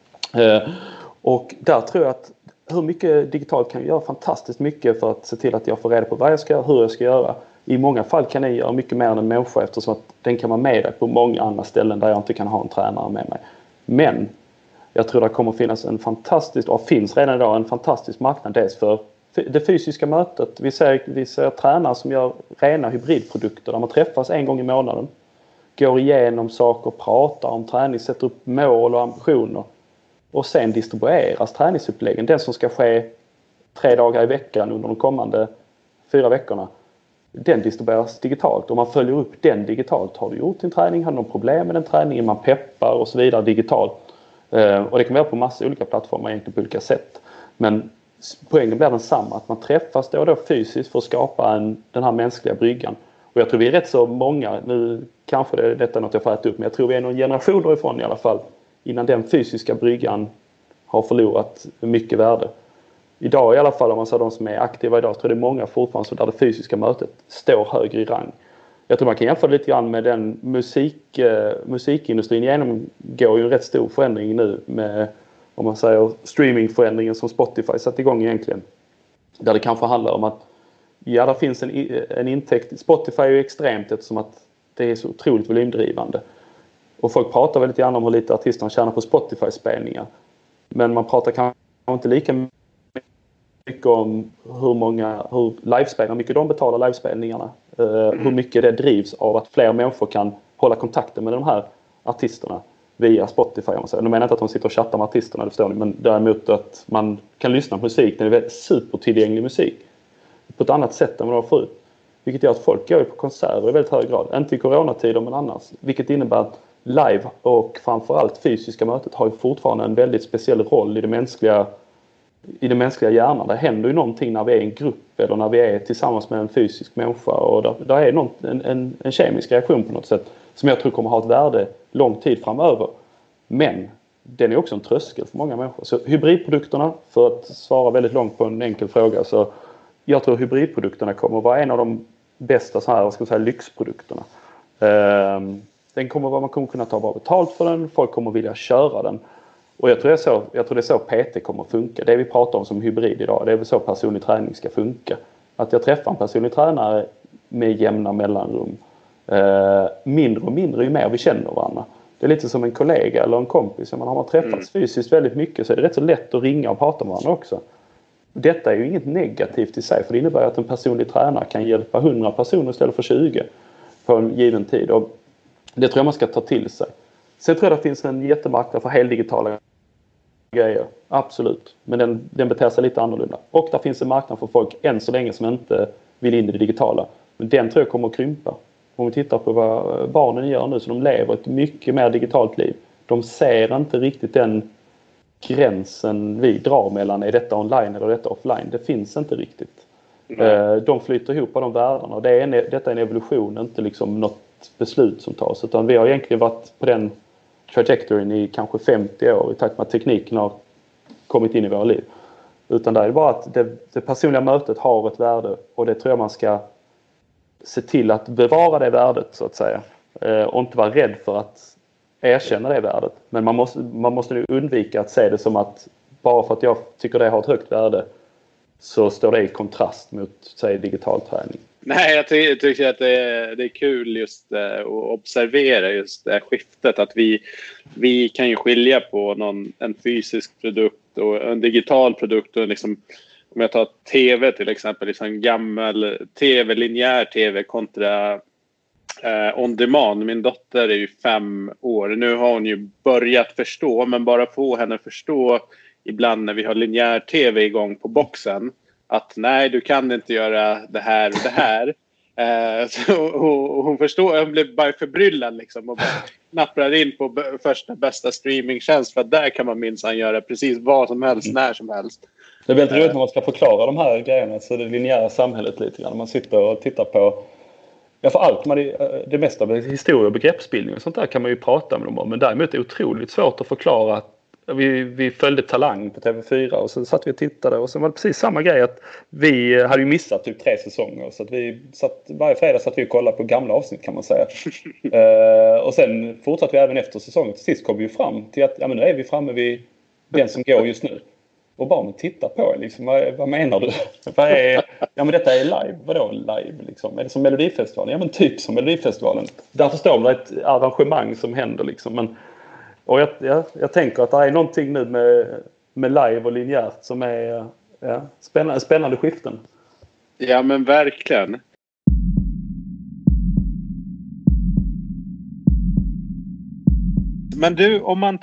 Och där tror jag att hur mycket digitalt kan jag göra fantastiskt mycket för att se till att jag får reda på vad jag ska göra, hur jag ska göra. I många fall kan jag göra mycket mer än en människa eftersom att den kan vara med dig på många andra ställen där jag inte kan ha en tränare med mig. Men jag tror det kommer finnas finns redan idag en fantastisk marknad dels för det fysiska mötet. Vi ser tränare som gör rena hybridprodukter där man träffas en gång i månaden. Går igenom saker, pratar om träning, sätter upp mål och ambitioner. Och sen distribueras träningsuppläggen. Den som ska ske 3 dagar i veckan under de kommande 4 veckorna. Den distribueras digitalt. Och man följer upp den digitalt. Har du gjort din träning? Har du någon problem med den träningen? Man peppar och så vidare digitalt. Och det kan vara på massa olika plattformar egentligen på olika sätt. Men poängen blir densamma. Att man träffas då och då fysiskt för att skapa den här mänskliga bryggan. Och jag tror vi är rätt så många. Nu kanske detta är något jag får äta upp. Men jag tror vi är någon generation ifrån i alla fall. Innan den fysiska bryggan har förlorat mycket värde. Idag i alla fall, om man ser de som är aktiva idag, tror jag det är många fortfarande så där det fysiska mötet står högre i rang. Jag tror man kan jämföra lite grann med den musikindustrin genomgår ju en rätt stor förändring nu med, om man säger, streamingförändringen som Spotify satt igång egentligen. Där det kanske handlar om att där finns en intäkt. Spotify är ju extremt eftersom att det är så otroligt volymdrivande. Och folk pratar väldigt gärna om hur lite artisterna tjänar på Spotify-spelningar. Men man pratar kanske inte lika mycket om hur livespelningar, mycket de betalar livespelningarna. Hur mycket det drivs av att fler människor kan hålla kontakten med de här artisterna via Spotify. Nu menar jag inte att de sitter och chattar med artisterna, det förstår ni, men däremot att man kan lyssna på musik. Det är väldigt supertillgänglig musik på ett annat sätt än vad det var förut. Vilket gör att folk går på konserter i väldigt hög grad. Inte i coronatider men annars. Vilket innebär att live och framförallt fysiska mötet har ju fortfarande en väldigt speciell roll i den mänskliga hjärnan. Det händer ju någonting när vi är i en grupp eller när vi är tillsammans med en fysisk människa. Och där är en kemisk reaktion på något sätt som jag tror kommer ha ett värde lång tid framöver. Men den är också en tröskel för många människor. Så hybridprodukterna, för att svara väldigt långt på en enkel fråga, så jag tror hybridprodukterna kommer att vara en av de bästa så här, ska jag säga, lyxprodukterna. Den kommer man kommer kunna ta bra betalt för den. Folk kommer vilja köra den. Och jag tror det är så PT kommer att funka. Det vi pratar om som hybrid idag, det är väl så personlig träning ska funka. Att jag träffar en personlig tränare med jämna mellanrum. Mindre och mindre ju mer vi känner varandra. Det är lite som en kollega eller en kompis. Har man träffats fysiskt väldigt mycket så är det rätt så lätt att ringa och prata med varandra också. Detta är ju inget negativt i sig, för det innebär att en personlig tränare kan hjälpa 100 personer istället för 20 på en given tid. Och det tror jag man ska ta till sig. Sen tror jag det finns en jättemarknad för heldigitala grejer. Absolut. Men den beter sig lite annorlunda. Och där finns en marknad för folk än så länge som inte vill in i det digitala. Men den tror jag kommer att krympa. Om vi tittar på vad barnen gör nu, så de lever ett mycket mer digitalt liv. De ser inte riktigt den gränsen vi drar mellan är detta online eller detta offline. Det finns inte riktigt. De flyter ihop på de världarna. Och detta är en evolution, inte liksom något beslut som tas. Utan vi har egentligen varit på den trajectoryn i kanske 50 år i takt med att tekniken har kommit in i våra liv. Utan det är bara att det personliga mötet har ett värde, och det tror jag man ska se till att bevara det värdet så att säga. Och inte vara rädd för att erkänna det värdet. Men man måste nu undvika att se det som att bara för att jag tycker det har ett högt värde så står det i kontrast mot, säg, digital träning. Nej, jag tycker att det är kul just att observera just det skiftet. Att vi kan ju skilja på en fysisk produkt och en digital produkt. Och liksom, om jag tar tv till exempel, liksom gammal tv, linjär tv kontra on demand. Min dotter är ju 5 år. Nu har hon ju börjat förstå, men bara få henne förstå ibland när vi har linjär tv igång på boxen. Att nej, du kan inte göra det här och det här. Hon förstår, hon blir bara förbryllad liksom, och bara knapprar in på första bästa streamingtjänst, för att där kan man minsann göra precis vad som helst, när som helst. Det är väldigt roligt när man ska förklara de här grejerna, så det linjära samhället lite grann. Man sitter och tittar på, för allt, det mesta av historia och begreppsbildning och sånt där kan man ju prata med dem om. Men däremot är det otroligt svårt att förklara att vi följde Talang på TV4 och så satt vi och tittade, och sen var det precis samma grej att vi hade ju missat typ 3 säsonger, så att varje fredag satt vi och kollade på gamla avsnitt, kan man säga. Och sen fortsatte vi även efter säsongen. Till sist kom vi ju fram till att nu är vi framme vid den som går just nu. Och barnen tittar på liksom, vad menar du? Men detta är live. Vadå live liksom? Är det som Melodifestivalen? Ja, men typ som Melodifestivalen. Där förstår man ett arrangemang som händer liksom. Men, och jag tänker att det är någonting nu med live och linjärt som är spännande skiften. Ja, men verkligen. Men du, om man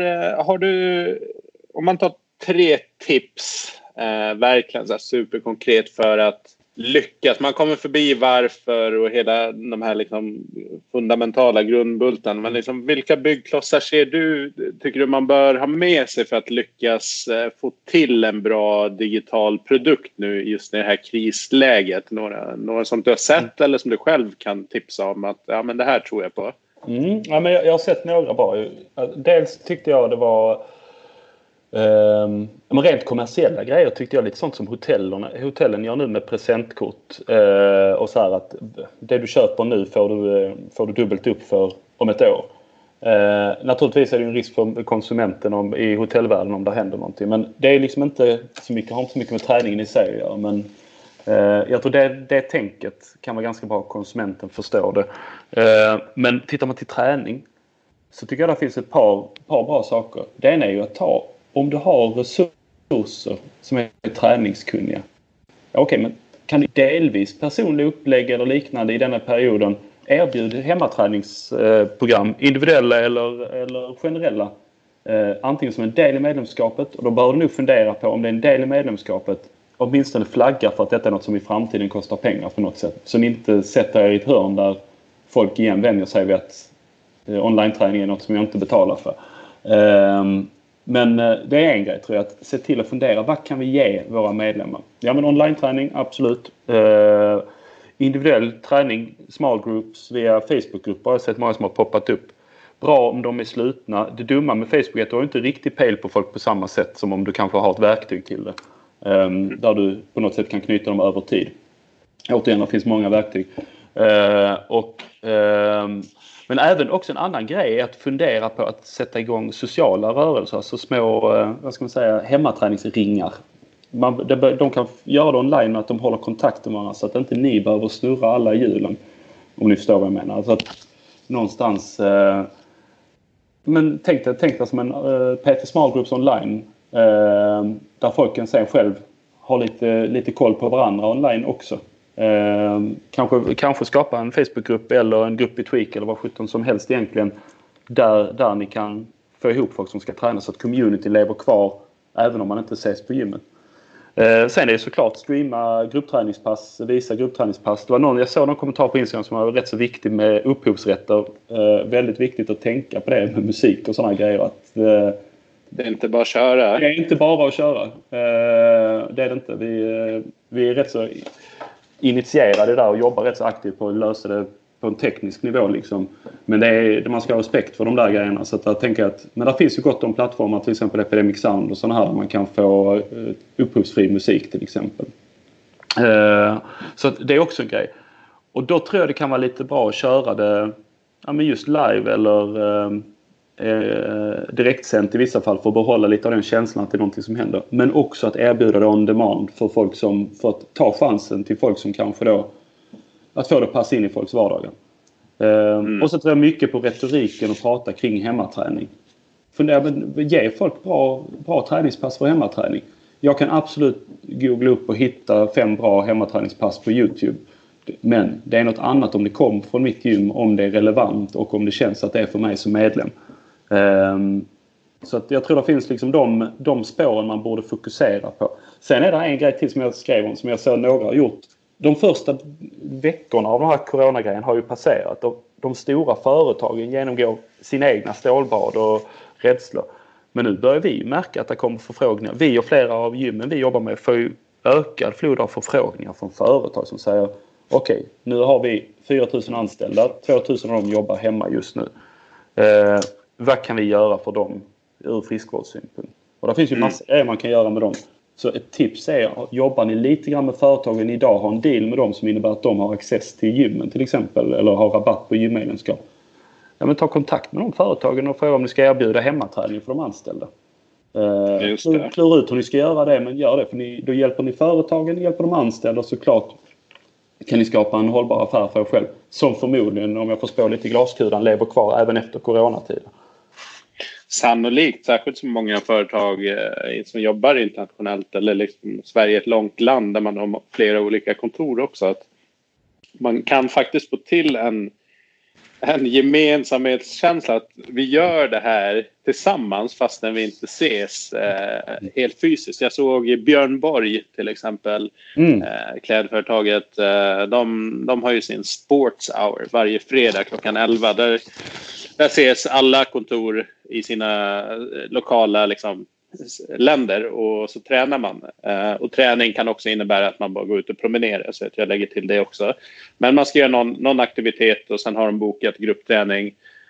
tar 3 tips, verkligen så här superkonkret för att lyckas. Man kommer förbi varför och hela de här liksom fundamentala grundbulten. Men liksom, vilka byggklossar tycker du man bör ha med sig för att lyckas få till en bra digital produkt nu just i det här krisläget? Några som du har sett eller som du själv kan tipsa om att men det här tror jag på? Ja, men jag har sett några bra. Dels tyckte jag det var Men rent kommersiella grejer tyckte jag lite sånt som hotellen gör nu med presentkort och så här att det du köper nu får du dubbelt upp för om ett år. Naturligtvis är det en risk för konsumenten i hotellvärlden om det händer någonting, men det är liksom inte så mycket, har inte så mycket med träningen i sig att göra, men jag tror det tänket kan vara ganska bra att konsumenten förstår det. Men tittar man till träning så tycker jag det finns ett par bra saker. Det ena är ju att om du har resurser som är träningskunniga. Okej, men kan du delvis personliga upplägg eller liknande i denna perioden erbjuda hemmaträningsprogram, individuella eller generella, antingen som en del i medlemskapet, och då bör du nog fundera på om det är en del i medlemskapet, åtminstone flagga för att detta är något som i framtiden kostar pengar på något sätt. Så ni inte sätter er i ett hörn där folk igen vänjer sig vid att online-träning är något som jag inte betalar för. Men det är en grej tror jag, att se till att fundera, vad kan vi ge våra medlemmar? Ja, men online-träning, absolut. Individuell träning, small groups via Facebook-grupper har jag sett många som har poppat upp. Bra om de är slutna. Det dumma med Facebook är att du har inte riktigt pejl på folk på samma sätt som om du kanske har ett verktyg till det. Där du på något sätt kan knyta dem över tid. Återigen, det finns många verktyg. Men även också en annan grej är att fundera på att sätta igång sociala rörelser. Alltså små, hemmaträningsringar. De kan göra det online och att de håller kontakten med varandra så att inte ni behöver snurra alla hjulen. Om ni förstår vad jag menar. Alltså att någonstans... men tänk dig som en PT Small Groups online. Där folk kan säga själv ha lite koll på varandra online också. Kanske skapa en Facebookgrupp eller en grupp i Tweak eller vad sjutton som helst egentligen. Där ni kan få ihop folk som ska träna så att community lever kvar även om man inte ses på gymmet. Sen är det såklart streama gruppträningspass, visa gruppträningspass. Det var jag såg någon kommentar på Instagram som var rätt så viktig med upphovsrätter. Väldigt viktigt att tänka på det med musik och sådana grejer. Att, det är inte bara att köra. Det är inte bara att köra. Det är det inte. Vi är rätt så initierade där och jobbar rätt så aktivt på att lösa det på en teknisk nivå liksom. Men man ska ha respekt för de där grejerna. Så att jag tänker att, men det finns ju gott om plattformar, till exempel Epidemic Sound och sådana här, där man kan få upphovsfri musik till exempel. Så att det är också en grej. Och då tror jag det kan vara lite bra att köra det men just live eller direktsänt i vissa fall för att behålla lite av den känslan att det är någonting som händer. Men också att erbjuda det on demand för folk för att ta chansen till folk som kanske då att få det passa in i folks vardagar. Och så tror jag mycket på retoriken och prata kring hemmaträning. Ge folk bra träningspass för hemmaträning. Jag kan absolut googla upp och hitta 5 bra hemmaträningspass på YouTube. Men det är något annat om det kommer från mitt gym, om det är relevant och om det känns att det är för mig som medlem. Så att jag tror det finns liksom de spåren man borde fokusera på. Sen är det en grej till som jag skrev om, som jag såg några har gjort. De första veckorna av den här coronagrejen har ju passerat. De stora företagen genomgår sina egna stålbad och rädslor. Men nu börjar vi märka att det kommer förfrågningar. Vi och flera av gymmen vi jobbar med får ju ökad flod av förfrågningar från företag som säger okej, nu har vi 4 000 anställda. 2 000 av dem jobbar hemma just nu. Vad kan vi göra för dem ur friskvårdssynpunkt? Och det finns ju massor grejer man kan göra med dem. Så ett tips är, jobbar ni lite grann med företagen idag, har en deal med dem som innebär att de har access till gymmen till exempel, eller har rabatt på gymmedlemskap. Ja, men ta kontakt med de företagen och fråga om ni ska erbjuda hemmaträning för de anställda. Klura ut hur ni ska göra det, men gör det. För då hjälper ni företagen, hjälper de anställda, såklart kan ni skapa en hållbar affär för er själv. Som förmodligen, om jag får spå lite i glaskulan, lever kvar även efter coronatiden. Sannolikt, särskilt som många företag som jobbar internationellt, eller liksom Sverige är ett långt land där man har flera olika kontor också, att man kan faktiskt få till en gemensamhetskänsla att vi gör det här tillsammans fastän vi inte ses helt fysiskt. Jag såg Björn Borg till exempel, klädföretaget, de har ju sin sports hour varje fredag klockan 11. Där ses alla kontor i sina lokala liksom, länder och så tränar man. Och träning kan också innebära att man bara går ut och promenerar, så att jag lägger till det också. Men man ska göra någon aktivitet och sen har de bokat gruppträning.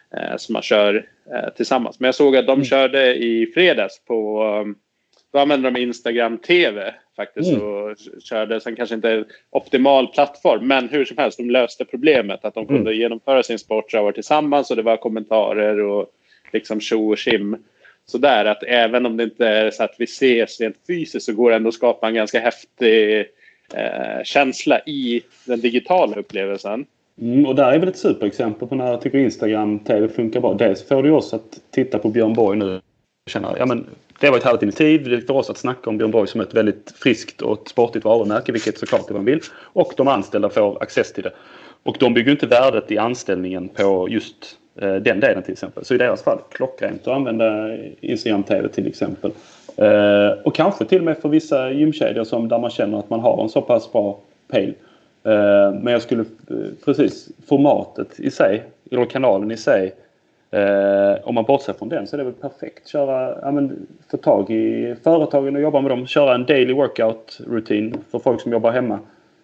som man kör tillsammans. Men jag såg att de körde i fredags på... Då använder de Instagram TV faktiskt och körde. Sen kanske inte en optimal plattform, men hur som helst, de löste problemet att de kunde genomföra sin sportshower tillsammans och det var kommentarer och liksom tjo och tjim. Så där att även om det inte är så att vi ses rent fysiskt så går det ändå att skapa en ganska häftig känsla i den digitala upplevelsen. Och där är väl ett superexempel på när jag tycker Instagram TV funkar bra. Dels får du oss att titta på Björn Borg nu och känna, ja men det var ett härligt initiativ för oss att snacka om Björn Borg som ett väldigt friskt och ett sportigt varumärke, vilket såklart det man vill. Och de anställda får access till det. Och de bygger inte värdet i anställningen på just den delen till exempel. Så i deras fall, klockrent att använda Instagram TV till exempel. Och kanske till och med för vissa gymkedjor som där man känner att man har en så pass bra pejl. Men jag skulle precis, formatet i sig, eller kanalen i sig, om man bortser från den så är det väl perfekt köra, få tag i företagen och jobba med dem, köra en daily workout rutin för folk som jobbar hemma.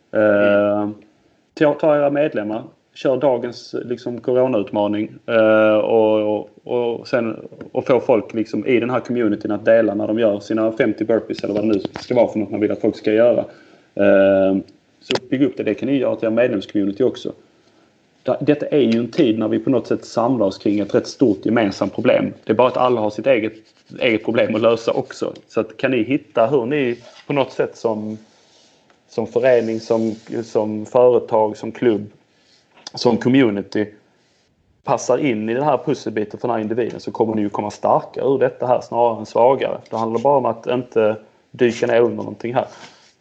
Ta era medlemmar, kör dagens liksom coronautmaning och sen och få folk liksom i den här communityn att dela när de gör sina 50 burpees eller vad det nu ska vara för något man vill att folk ska göra. Så bygg upp det kan ni göra till er medlemscommunity också. Detta är ju en tid när vi på något sätt samlar oss kring ett rätt stort gemensamt problem. Det är bara att alla har sitt eget problem att lösa också. Så att kan ni hitta hur ni på något sätt som förening, som företag, som klubb, som community passar in i den här pusselbiten för den här individen, så kommer ni ju komma starkare ur detta här snarare än svagare. Det handlar bara om att inte dyka ner under någonting här.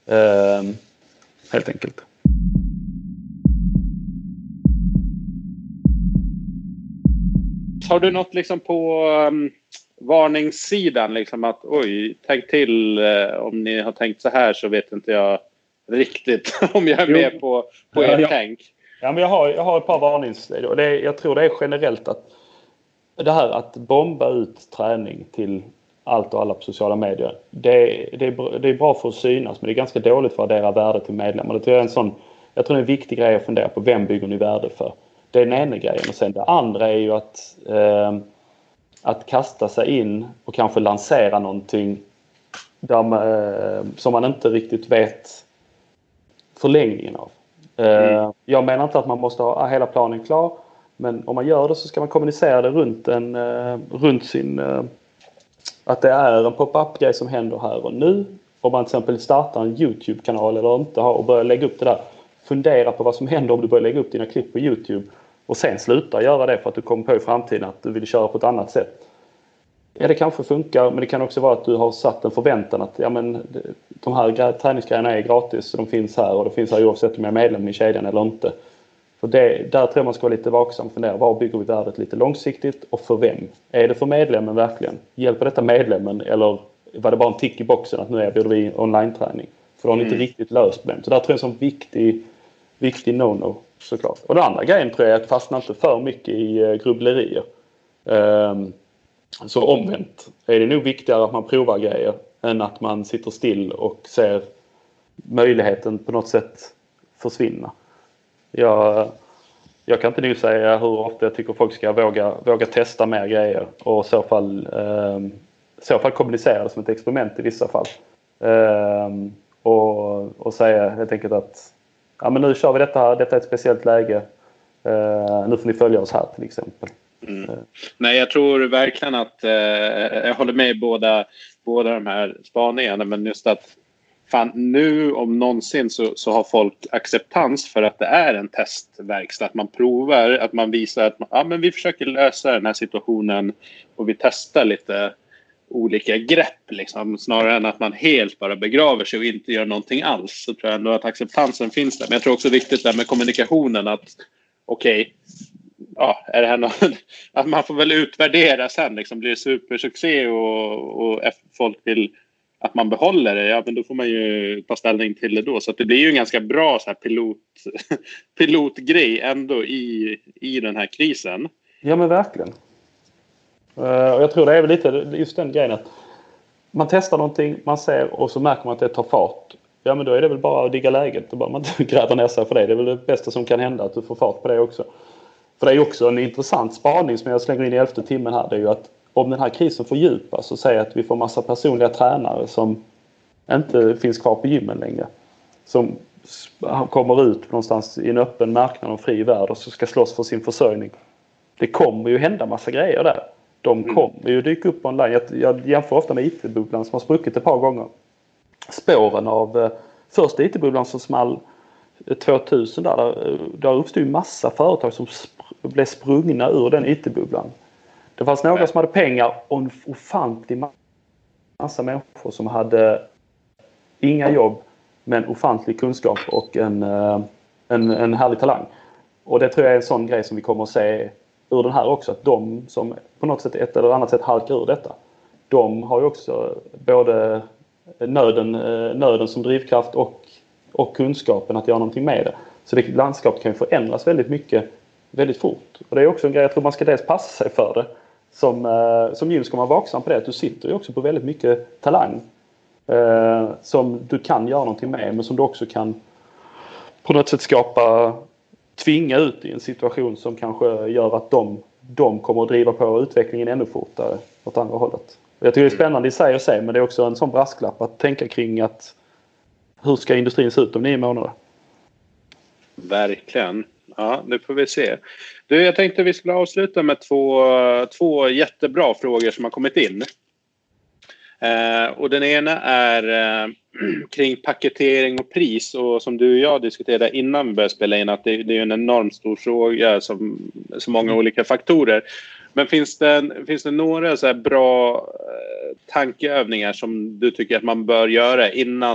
Helt enkelt. Har du något liksom på varningssidan liksom att tänk till om ni har tänkt så här så vet inte jag riktigt om jag är med på ert tänk. Ja, men jag har ett par varningssidor och jag tror det är generellt att det här att bomba ut träning till allt och alla på sociala medier, det är bra för att synas, men det är ganska dåligt för att addera värde till medlemmar. Jag tror det är en viktig grej att fundera på, vem bygger ni värde för? Det är den ena grejen. Och sen det andra är ju att kasta sig in och kanske lansera någonting som man inte riktigt vet förlängningen av. Jag menar inte att man måste ha hela planen klar, men om man gör det så ska man kommunicera det runt sin... att det är en pop-up-grej som händer här och nu. Om man till exempel startar en YouTube-kanal eller inte har och börjar lägga upp det där. Fundera på vad som händer om du börjar lägga upp dina klipp på YouTube. Och sen sluta göra det för att du kommer på i framtiden att du vill köra på ett annat sätt. Ja, det kanske funkar, men det kan också vara att du har satt en förväntan att de här träningsgrejerna är gratis. Så de finns här och det finns här oavsett om jag är medlem i kedjan eller inte. För där tror jag man ska vara lite vaksam och fundera. Var bygger vi värdet lite långsiktigt och för vem? Är det för medlemmen verkligen? Hjälper detta medlemmen eller var det bara en tick i boxen att nu erbjuder vi online-träning? För de har inte riktigt löst problemet. Så där tror jag är en sån viktig no-no såklart. Och den andra grejen tror jag är att fastna inte för mycket i grubblerier. Så omvänt är det nog viktigare att man provar grejer än att man sitter still och ser möjligheten på något sätt försvinna. Jag kan inte nu säga hur ofta jag tycker folk ska våga testa mer grejer och i så fall kommunicera det som ett experiment i vissa fall. Och säga helt enkelt att men nu kör vi detta här, detta är ett speciellt läge. Nu får ni följa oss här till exempel. Nej, jag tror verkligen att jag håller med i båda de här spaningarna, men just att nu om någonsin så har folk acceptans för att det är en testverkstad, att man provar, att man visar att men vi försöker lösa den här situationen och vi testar lite olika grepp liksom, snarare än att man helt bara begraver sig och inte gör någonting alls. Så tror jag ändå att acceptansen finns där. Men jag tror också viktigt där med kommunikationen att är det här att man får väl utvärdera sen liksom, blir det supersuccé och folk vill att man behåller det, men då får man ju ta ställning till det då. Så att det blir ju en ganska bra så här pilotgrej ändå i den här krisen. Ja, men verkligen. Och jag tror det är väl lite just den grejen att man testar någonting, man ser och så märker man att det tar fart. Ja, men då är det väl bara att digga läget och bara man gräver ner sig för det. Det är väl det bästa som kan hända, att du får fart på det också. För det är också en intressant spaning som jag slänger in i 11:e timmen här. Det är ju att om den här krisen fördjupas och säger att vi får massa personliga tränare som inte finns kvar på gymmen längre. Som kommer ut någonstans i en öppen marknad och fri värld och så ska slåss för sin försörjning. Det kommer ju hända massa grejer där. De kommer ju dyka upp online. Jag jämför ofta med IT-bubblan som har spruckit ett par gånger. Spåren av första IT-bubblan som small 2000 där uppstod ju massa företag som blev sprungna ur den IT-bubblan. Det fanns några som hade pengar och en ofantlig massa människor som hade inga jobb men ofantlig kunskap och en härlig talang. Och det tror jag är en sån grej som vi kommer att se ur den här också. Att de som på något sätt ett eller annat sätt halkar ur detta. De har ju också både nöden som drivkraft och kunskapen att göra någonting med det. Så det landskapet kan ju förändras väldigt mycket väldigt fort. Och det är också en grej jag tror man ska dels passa sig för det. Som gym ska man vara vaksam på det. Att du sitter ju också på väldigt mycket talang. Som du kan göra någonting med men som du också kan på något sätt tvinga ut i en situation som kanske gör att de kommer att driva på utvecklingen ännu fortare åt andra hållet. Jag tycker det är spännande i sig att se, men det är också en sån brasklapp att tänka kring att hur ska industrin se ut om 9 månader? Verkligen. Ja, det får vi se. Du, jag tänkte vi skulle avsluta med två jättebra frågor som har kommit in. Och den ena är kring paketering och pris. Och som du och jag diskuterade innan vi började spela in att det är en enormt stor fråga som så många olika faktorer. Men finns det några så här bra tankeövningar som du tycker att man bör göra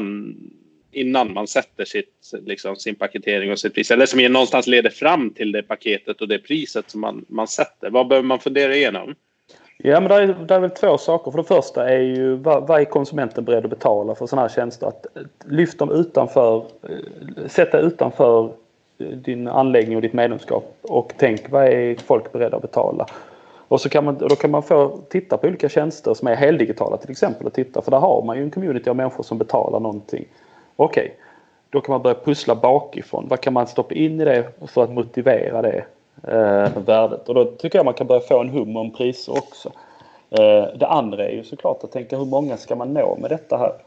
innan man sätter sin paketering och sitt pris? Eller som någonstans leder fram till det paketet och det priset som man sätter. Vad behöver man fundera igenom? Ja, men det är väl 2 saker. För det första är ju vad är konsumenten beredd att betala för sådana här tjänster? Att lyfta dem sätta utanför din anläggning och ditt medlemskap och tänk vad är folk beredda att betala? Och så då kan man få titta på olika tjänster som är heldigitala till exempel och titta. För där har man ju en community av människor som betalar någonting. Okej, då kan man börja pussla bakifrån. Vad kan man stoppa in i det för att motivera det värdet? Och då tycker jag man kan börja få en hum om priser också. Det andra är ju såklart att tänka hur många ska man nå med detta här.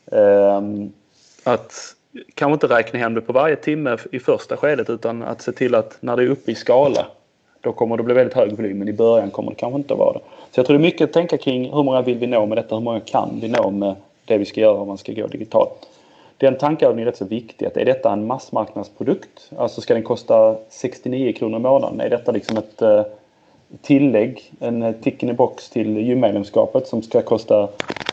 Att kanske inte räkna hem det på varje timme i första skedet utan att se till att när det är uppe i skala då kommer det bli väldigt hög volym, men i början kommer det kanske inte vara det. Så jag tror det är mycket att tänka kring hur många vill vi nå med detta, hur många kan vi nå med det vi ska göra om man ska gå digitalt. Den tankeövningen är rätt så viktig. Att är detta en massmarknadsprodukt? Alltså ska den kosta 69 kronor i månaden? Är detta liksom ett tillägg, en tick in i box till gymmedlemskapet som ska kosta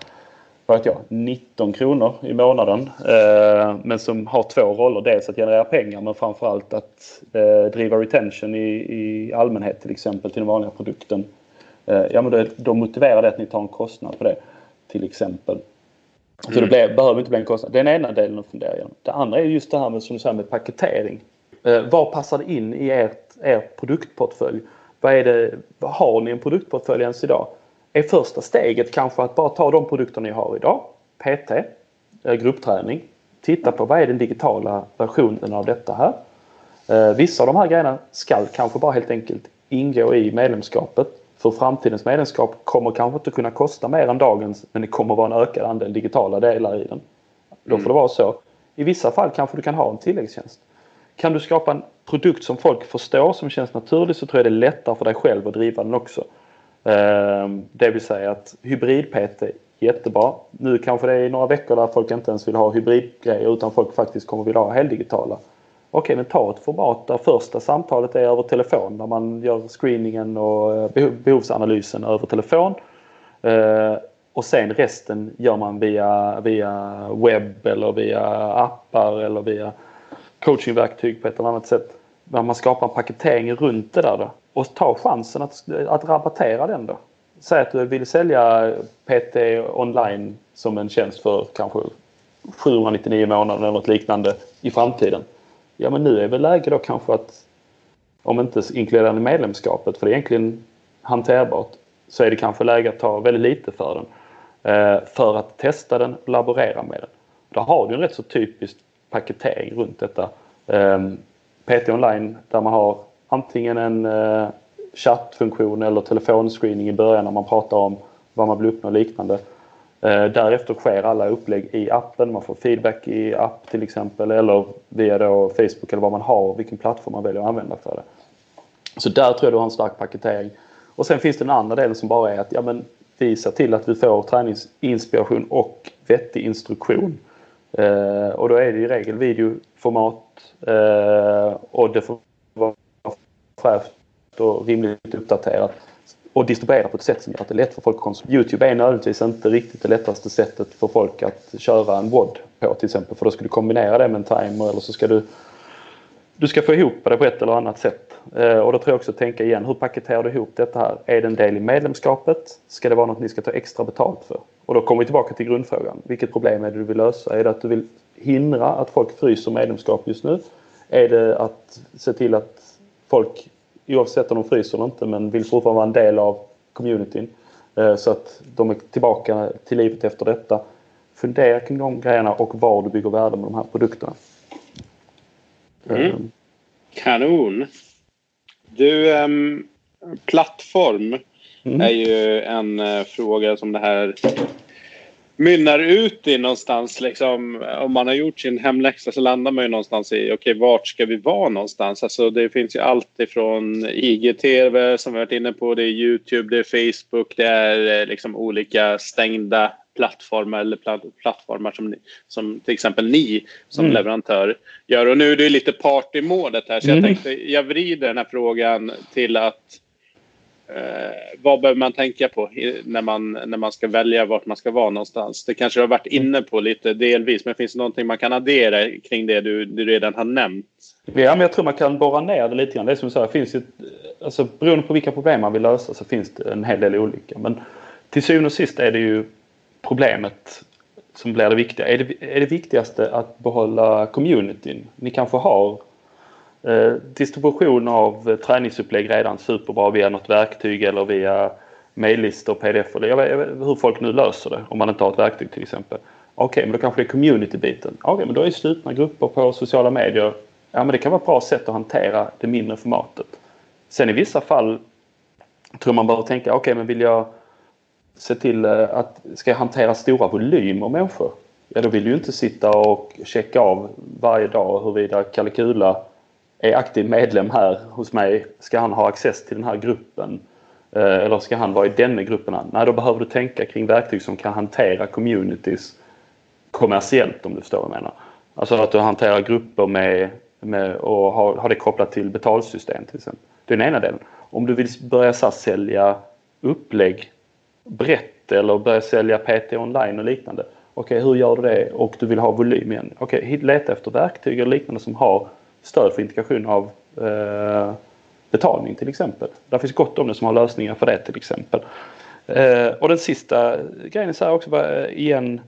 19 kronor i månaden. Men som har 2 roller. Dels att generera pengar men framförallt att driva retention i allmänhet till exempel till den vanliga produkten. Ja, men då motiverar det att ni tar en kostnad på det till exempel. Så det behöver inte bli en kostnad. Det är den ena delen att fundera igenom. Det andra är just det här med, som du säger, med paketering. Vad passar det in i er produktportfölj? Vad har ni en produktportfölj ens idag? Är första steget kanske att bara ta de produkter ni har idag? PT, gruppträning. Titta på vad är den digitala versionen av detta här. Vissa av de här grejerna ska kanske bara helt enkelt ingå i medlemskapet. För framtidens medlemskap kommer kanske inte kunna kosta mer än dagens, men det kommer vara en ökad andel digitala delar i den. Då får det vara så. I vissa fall kanske du kan ha en tilläggstjänst. Kan du skapa en produkt som folk förstår, som känns naturlig, så tror jag det är lättare för dig själv att driva den också. Det vill säga att hybrid-PT är jättebra. Nu kanske det är några veckor där folk inte ens vill ha hybridgrejer utan folk faktiskt kommer vilja ha heldigitala. Okej, men ta ett format där första samtalet är över telefon. Där man gör screeningen och behovsanalysen över telefon. Och sen resten gör man via webb eller via appar eller via coachingverktyg på ett eller annat sätt. Där man skapar en paketering runt det där då. Och ta chansen att rabattera den då. Säg att du vill sälja PT online som en tjänst för kanske 799 månader eller något liknande i framtiden. Ja, men nu är väl läge då kanske att om inte inkludera i medlemskapet, för det är egentligen hanterbart, så är det kanske läge att ta väldigt lite för den. För att testa den och laborera med den. Då har du en rätt så typisk paketering runt detta. PT online där man har antingen en chattfunktion eller telefonscreening i början när man pratar om vad man vill uppnå och liknande. Därefter sker alla upplägg i appen. Man får feedback i app till exempel eller via då Facebook eller vad man har, vilken plattform man väljer att använda för det. Så där tror jag du har en stark paketering. Och sen finns det en andra del som bara är att visa till att du får träningsinspiration och vettig instruktion. Och då är det i regel videoformat och det får vara fräscht och rimligt uppdaterat och distribuera på ett sätt som gör att det är lätt för folk att konsumera. YouTube är nödvändigtvis inte riktigt det lättaste sättet för folk att köra en WOD på till exempel. För då ska du kombinera det med en timer eller så ska du ska få ihop det på ett eller annat sätt. Och då tror jag också tänka igen, hur paketerar du ihop detta här? Är det en del i medlemskapet? Ska det vara något ni ska ta extra betalt för? Och då kommer vi tillbaka till grundfrågan. Vilket problem är det du vill lösa? Är det att du vill hindra att folk fryser medlemskap just nu? Är det att se till att folk, oavsett om de fryser eller inte, men vill fortfarande vara en del av communityn så att de är tillbaka till livet efter detta? Fundera kring de grejerna och var du bygger värde med de här produkterna. Kanon. Du, plattform är ju en fråga som det här mynnar ut i någonstans. Liksom, om man har gjort sin hemläxa så landar man ju någonstans i vart ska vi vara någonstans? Alltså, det finns ju allt ifrån IGTV som vi har varit inne på, det är YouTube, det är Facebook, det är liksom olika stängda plattformar eller plattformar som till exempel ni som leverantör gör. Och nu är det lite partymålet här, så jag tänkte jag vrider den här frågan till att vad behöver man tänka på när man ska välja vart man ska vara någonstans? Det kanske du har varit inne på lite delvis, men finns det någonting man kan addera kring det du redan har nämnt? Ja, men jag tror man kan borra ner det lite grann. Det är som du säger, finns ju, alltså, beroende på vilka problem man vill lösa så finns det en hel del olika. Men till syvende och sist är det ju problemet som blir det viktiga. Är det viktigaste att behålla communityn? Ni kanske har distribution av träningsupplägg redan superbra via något verktyg eller via maillistor, pdf eller jag vet hur folk nu löser det om man inte har ett verktyg till exempel. Okej, men då kanske det är community-biten. Okej, men då är slutna grupper på sociala medier. Ja, men det kan vara ett bra sätt att hantera det mindre formatet. Sen i vissa fall tror man bara tänka, okej, men vill jag se till att ska jag hantera stora volymer människor? Ja, då vill du ju inte sitta och checka av varje dag huruvida Kalle Kula är aktiv medlem här hos mig. Ska han ha access till den här gruppen? Eller ska han vara i denna gruppen? Nej, då behöver du tänka kring verktyg som kan hantera communities kommersiellt, om du förstår vad jag menar. Alltså att du hanterar grupper med och har det kopplat till betalsystem till exempel. Det är den ena delen. Om du vill börja sälja upplägg brett eller börja sälja PT online och liknande. Okej, hur gör du det? Och du vill ha volym igen. Okej, leta efter verktyg eller liknande som har stöd för integration av betalning till exempel. Där finns gott om det som har lösningar för det till exempel. Och den sista grejen är så här också igen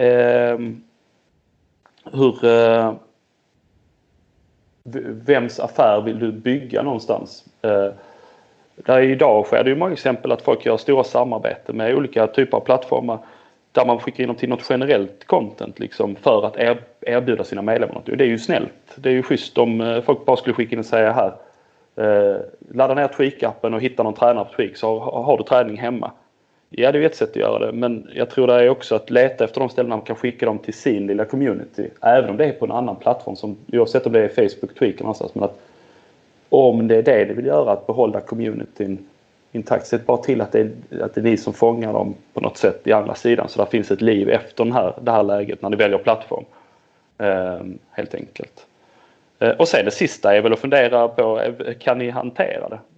vems affär vill du bygga någonstans? Där idag sker det ju många exempel att folk gör stora samarbeten med olika typer av plattformar där man skickar in dem till något generellt content liksom, för att erbjuda sina medlemmar något. Det är ju snällt. Det är ju schysst om folk bara skulle skicka in och säga här ladda ner Tweak-appen och hitta någon tränare på Tweak så har du träning hemma. Ja, det är ju ett sätt att göra det, men jag tror det är också att leta efter de ställena man kan skicka dem till sin lilla community, även om det är på en annan plattform som oavsett om det är Facebook, Tweak eller någonstans, men att om det är det vill göra, att behålla communityn intakt, sätt bara till att det är ni som fångar dem på något sätt i andra sidan, så där finns ett liv efter det här läget när ni väljer plattform, helt enkelt. Och sen det sista är väl att fundera på, kan ni hantera det?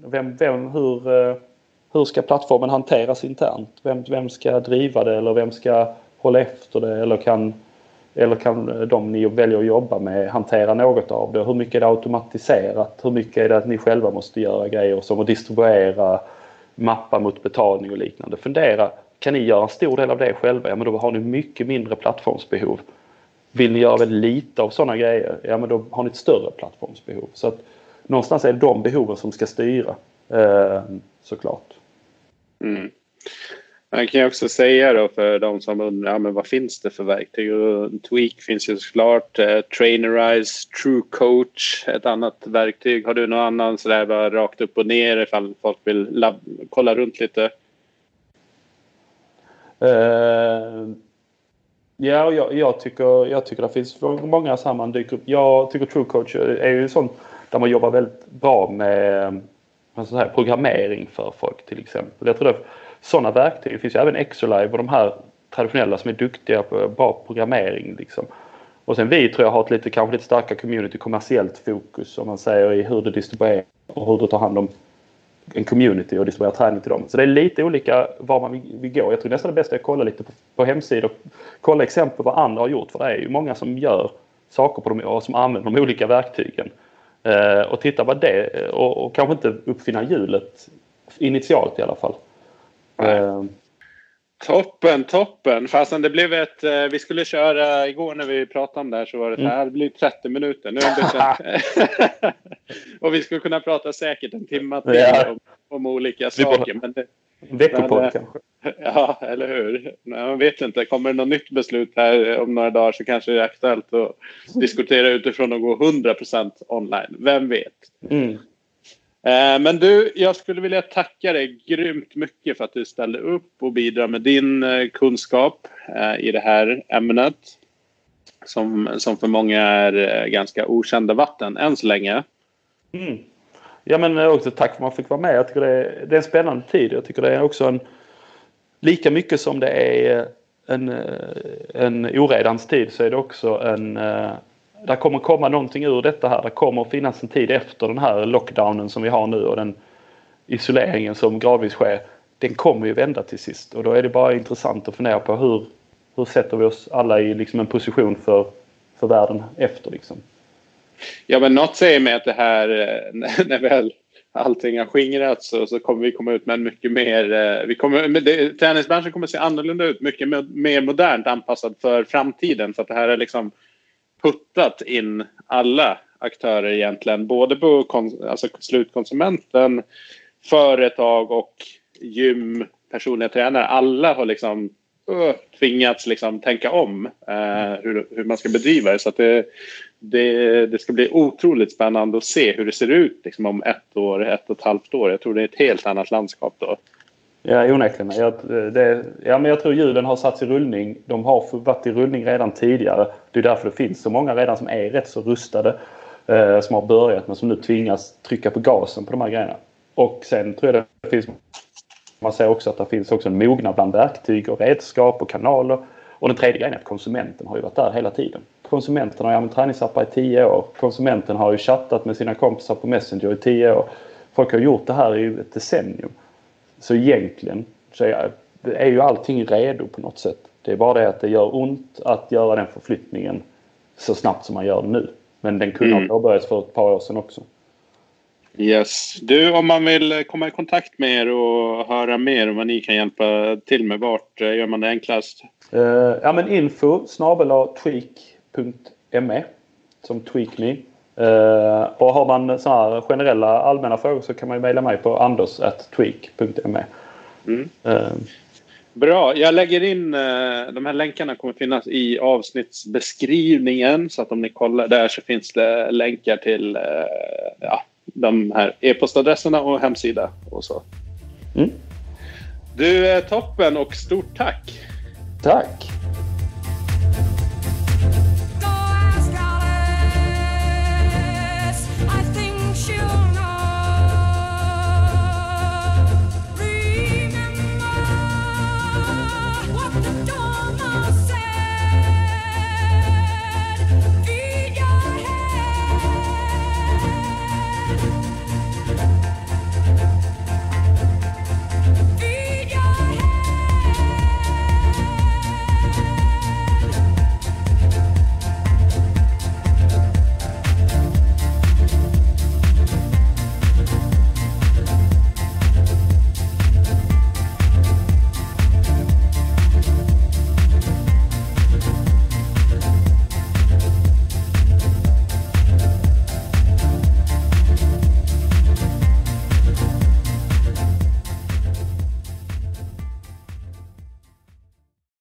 Hur ska plattformen hanteras internt? Vem ska driva det eller vem ska hålla efter det? Eller kan de ni väljer att jobba med hantera något av det? Hur mycket är det automatiserat? Hur mycket är det att ni själva måste göra grejer som att distribuera, mappa mot betalning och liknande? Fundera, kan ni göra en stor del av det själva? Ja, men då har ni mycket mindre plattformsbehov. Vill ni göra väldigt lite av sådana grejer? Ja, men då har ni ett större plattformsbehov. Så att någonstans är det de behoven som ska styra, såklart. Man kan ju också säga då för de som undrar, men vad finns det för verktyg? Och Tweak finns ju såklart, Trainerize, True Coach, ett annat verktyg. Har du någon annan sådär bara rakt upp och ner ifall folk vill kolla runt lite? Ja, jag tycker det finns många samman dyker upp. Jag tycker True Coach är ju sånt där man jobbar väldigt bra med programmering för folk till exempel. Jag tror det sådana verktyg. Det finns ju även Exolive och de här traditionella som är duktiga på bra programmering liksom. Och sen vi tror jag har ett kanske lite starkare community kommersiellt fokus om man säger i hur du distribuerar och hur du tar hand om en community och distribuerar träning till dem. Så det är lite olika var man vill gå. Jag tror nästan det bästa är att kolla lite på hemsidor. Kolla exempel vad andra har gjort. För det är ju många som gör saker på dem och som använder de olika verktygen. Och titta vad det och kanske inte uppfinna hjulet initialt i alla fall. Toppen. Fastän det blev vi skulle köra igår när vi pratade om det här så var det så här, det blir 30 minuter. Nu och vi skulle kunna prata säkert en timme till om olika saker. Men veckopodd kanske. Ja, eller hur? Nej, man vet inte. Kommer det något nytt beslut här om några dagar så kanske det är aktuellt att diskutera utifrån att gå 100% online. Vem vet? Men du, jag skulle vilja tacka dig grymt mycket för att du ställde upp och bidrar med din kunskap i det här ämnet som för många är ganska okända vatten än så länge. Ja, men också tack för att man fick vara med. Jag tycker det är en spännande tid. Jag tycker det är också lika mycket som det är en oredans tid så är det också där kommer komma någonting ur detta här. Det kommer att finnas en tid efter den här lockdownen som vi har nu och den isoleringen som gradvis sker. Den kommer ju vända till sist. Och då är det bara intressant att fundera på hur sätter vi oss alla i liksom en position för världen efter liksom. Ja, men något säger mig att det här när väl allting har skingrats så kommer vi komma ut med en mycket mer träningsbranschen kommer att se annorlunda ut, mycket mer modernt anpassad för framtiden, för att det här är liksom puttat in alla aktörer egentligen, både på slutkonsumenten, företag och gym, personliga tränare. Alla har liksom tvingats liksom tänka om hur man ska bedriva det, så att det ska bli otroligt spännande att se hur det ser ut liksom om 1 år, 1,5 år. Jag tror det är ett helt annat landskap då. Ja, onekligen. Men jag tror hjulen har satts i rullning. De har varit i rullning redan tidigare. Det är därför det finns så många redan som är rätt så rustade som har börjat men som nu tvingas trycka på gasen på de här grejerna. Och sen tror jag det finns, man säger också att det finns också en mognad bland verktyg och redskap och kanaler. Och den tredje grejen är att konsumenten har ju varit där hela tiden. Konsumenten har ju använt träningsappar i 10 år. Konsumenten har ju chattat med sina kompisar på Messenger i 10 år. Folk har gjort det här i ett decennium. Så egentligen så är ju allting redo på något sätt. Det är bara det att det gör ont att göra den förflyttningen så snabbt som man gör det nu. Men den kunde ha påbörjats för ett par år sedan också. Yes. Du, om man vill komma i kontakt med er och höra mer om vad ni kan hjälpa till med, vart gör man det enklast? Men info@tweak.me som tweakme. Och har man sådana här generella allmänna frågor så kan man ju mejla mig på anders@tweak.me. Bra, jag lägger in de här länkarna kommer finnas i avsnittsbeskrivningen, så att om ni kollar där så finns det länkar till de här e-postadresserna och hemsida och så. Du är toppen och stort tack! Tack!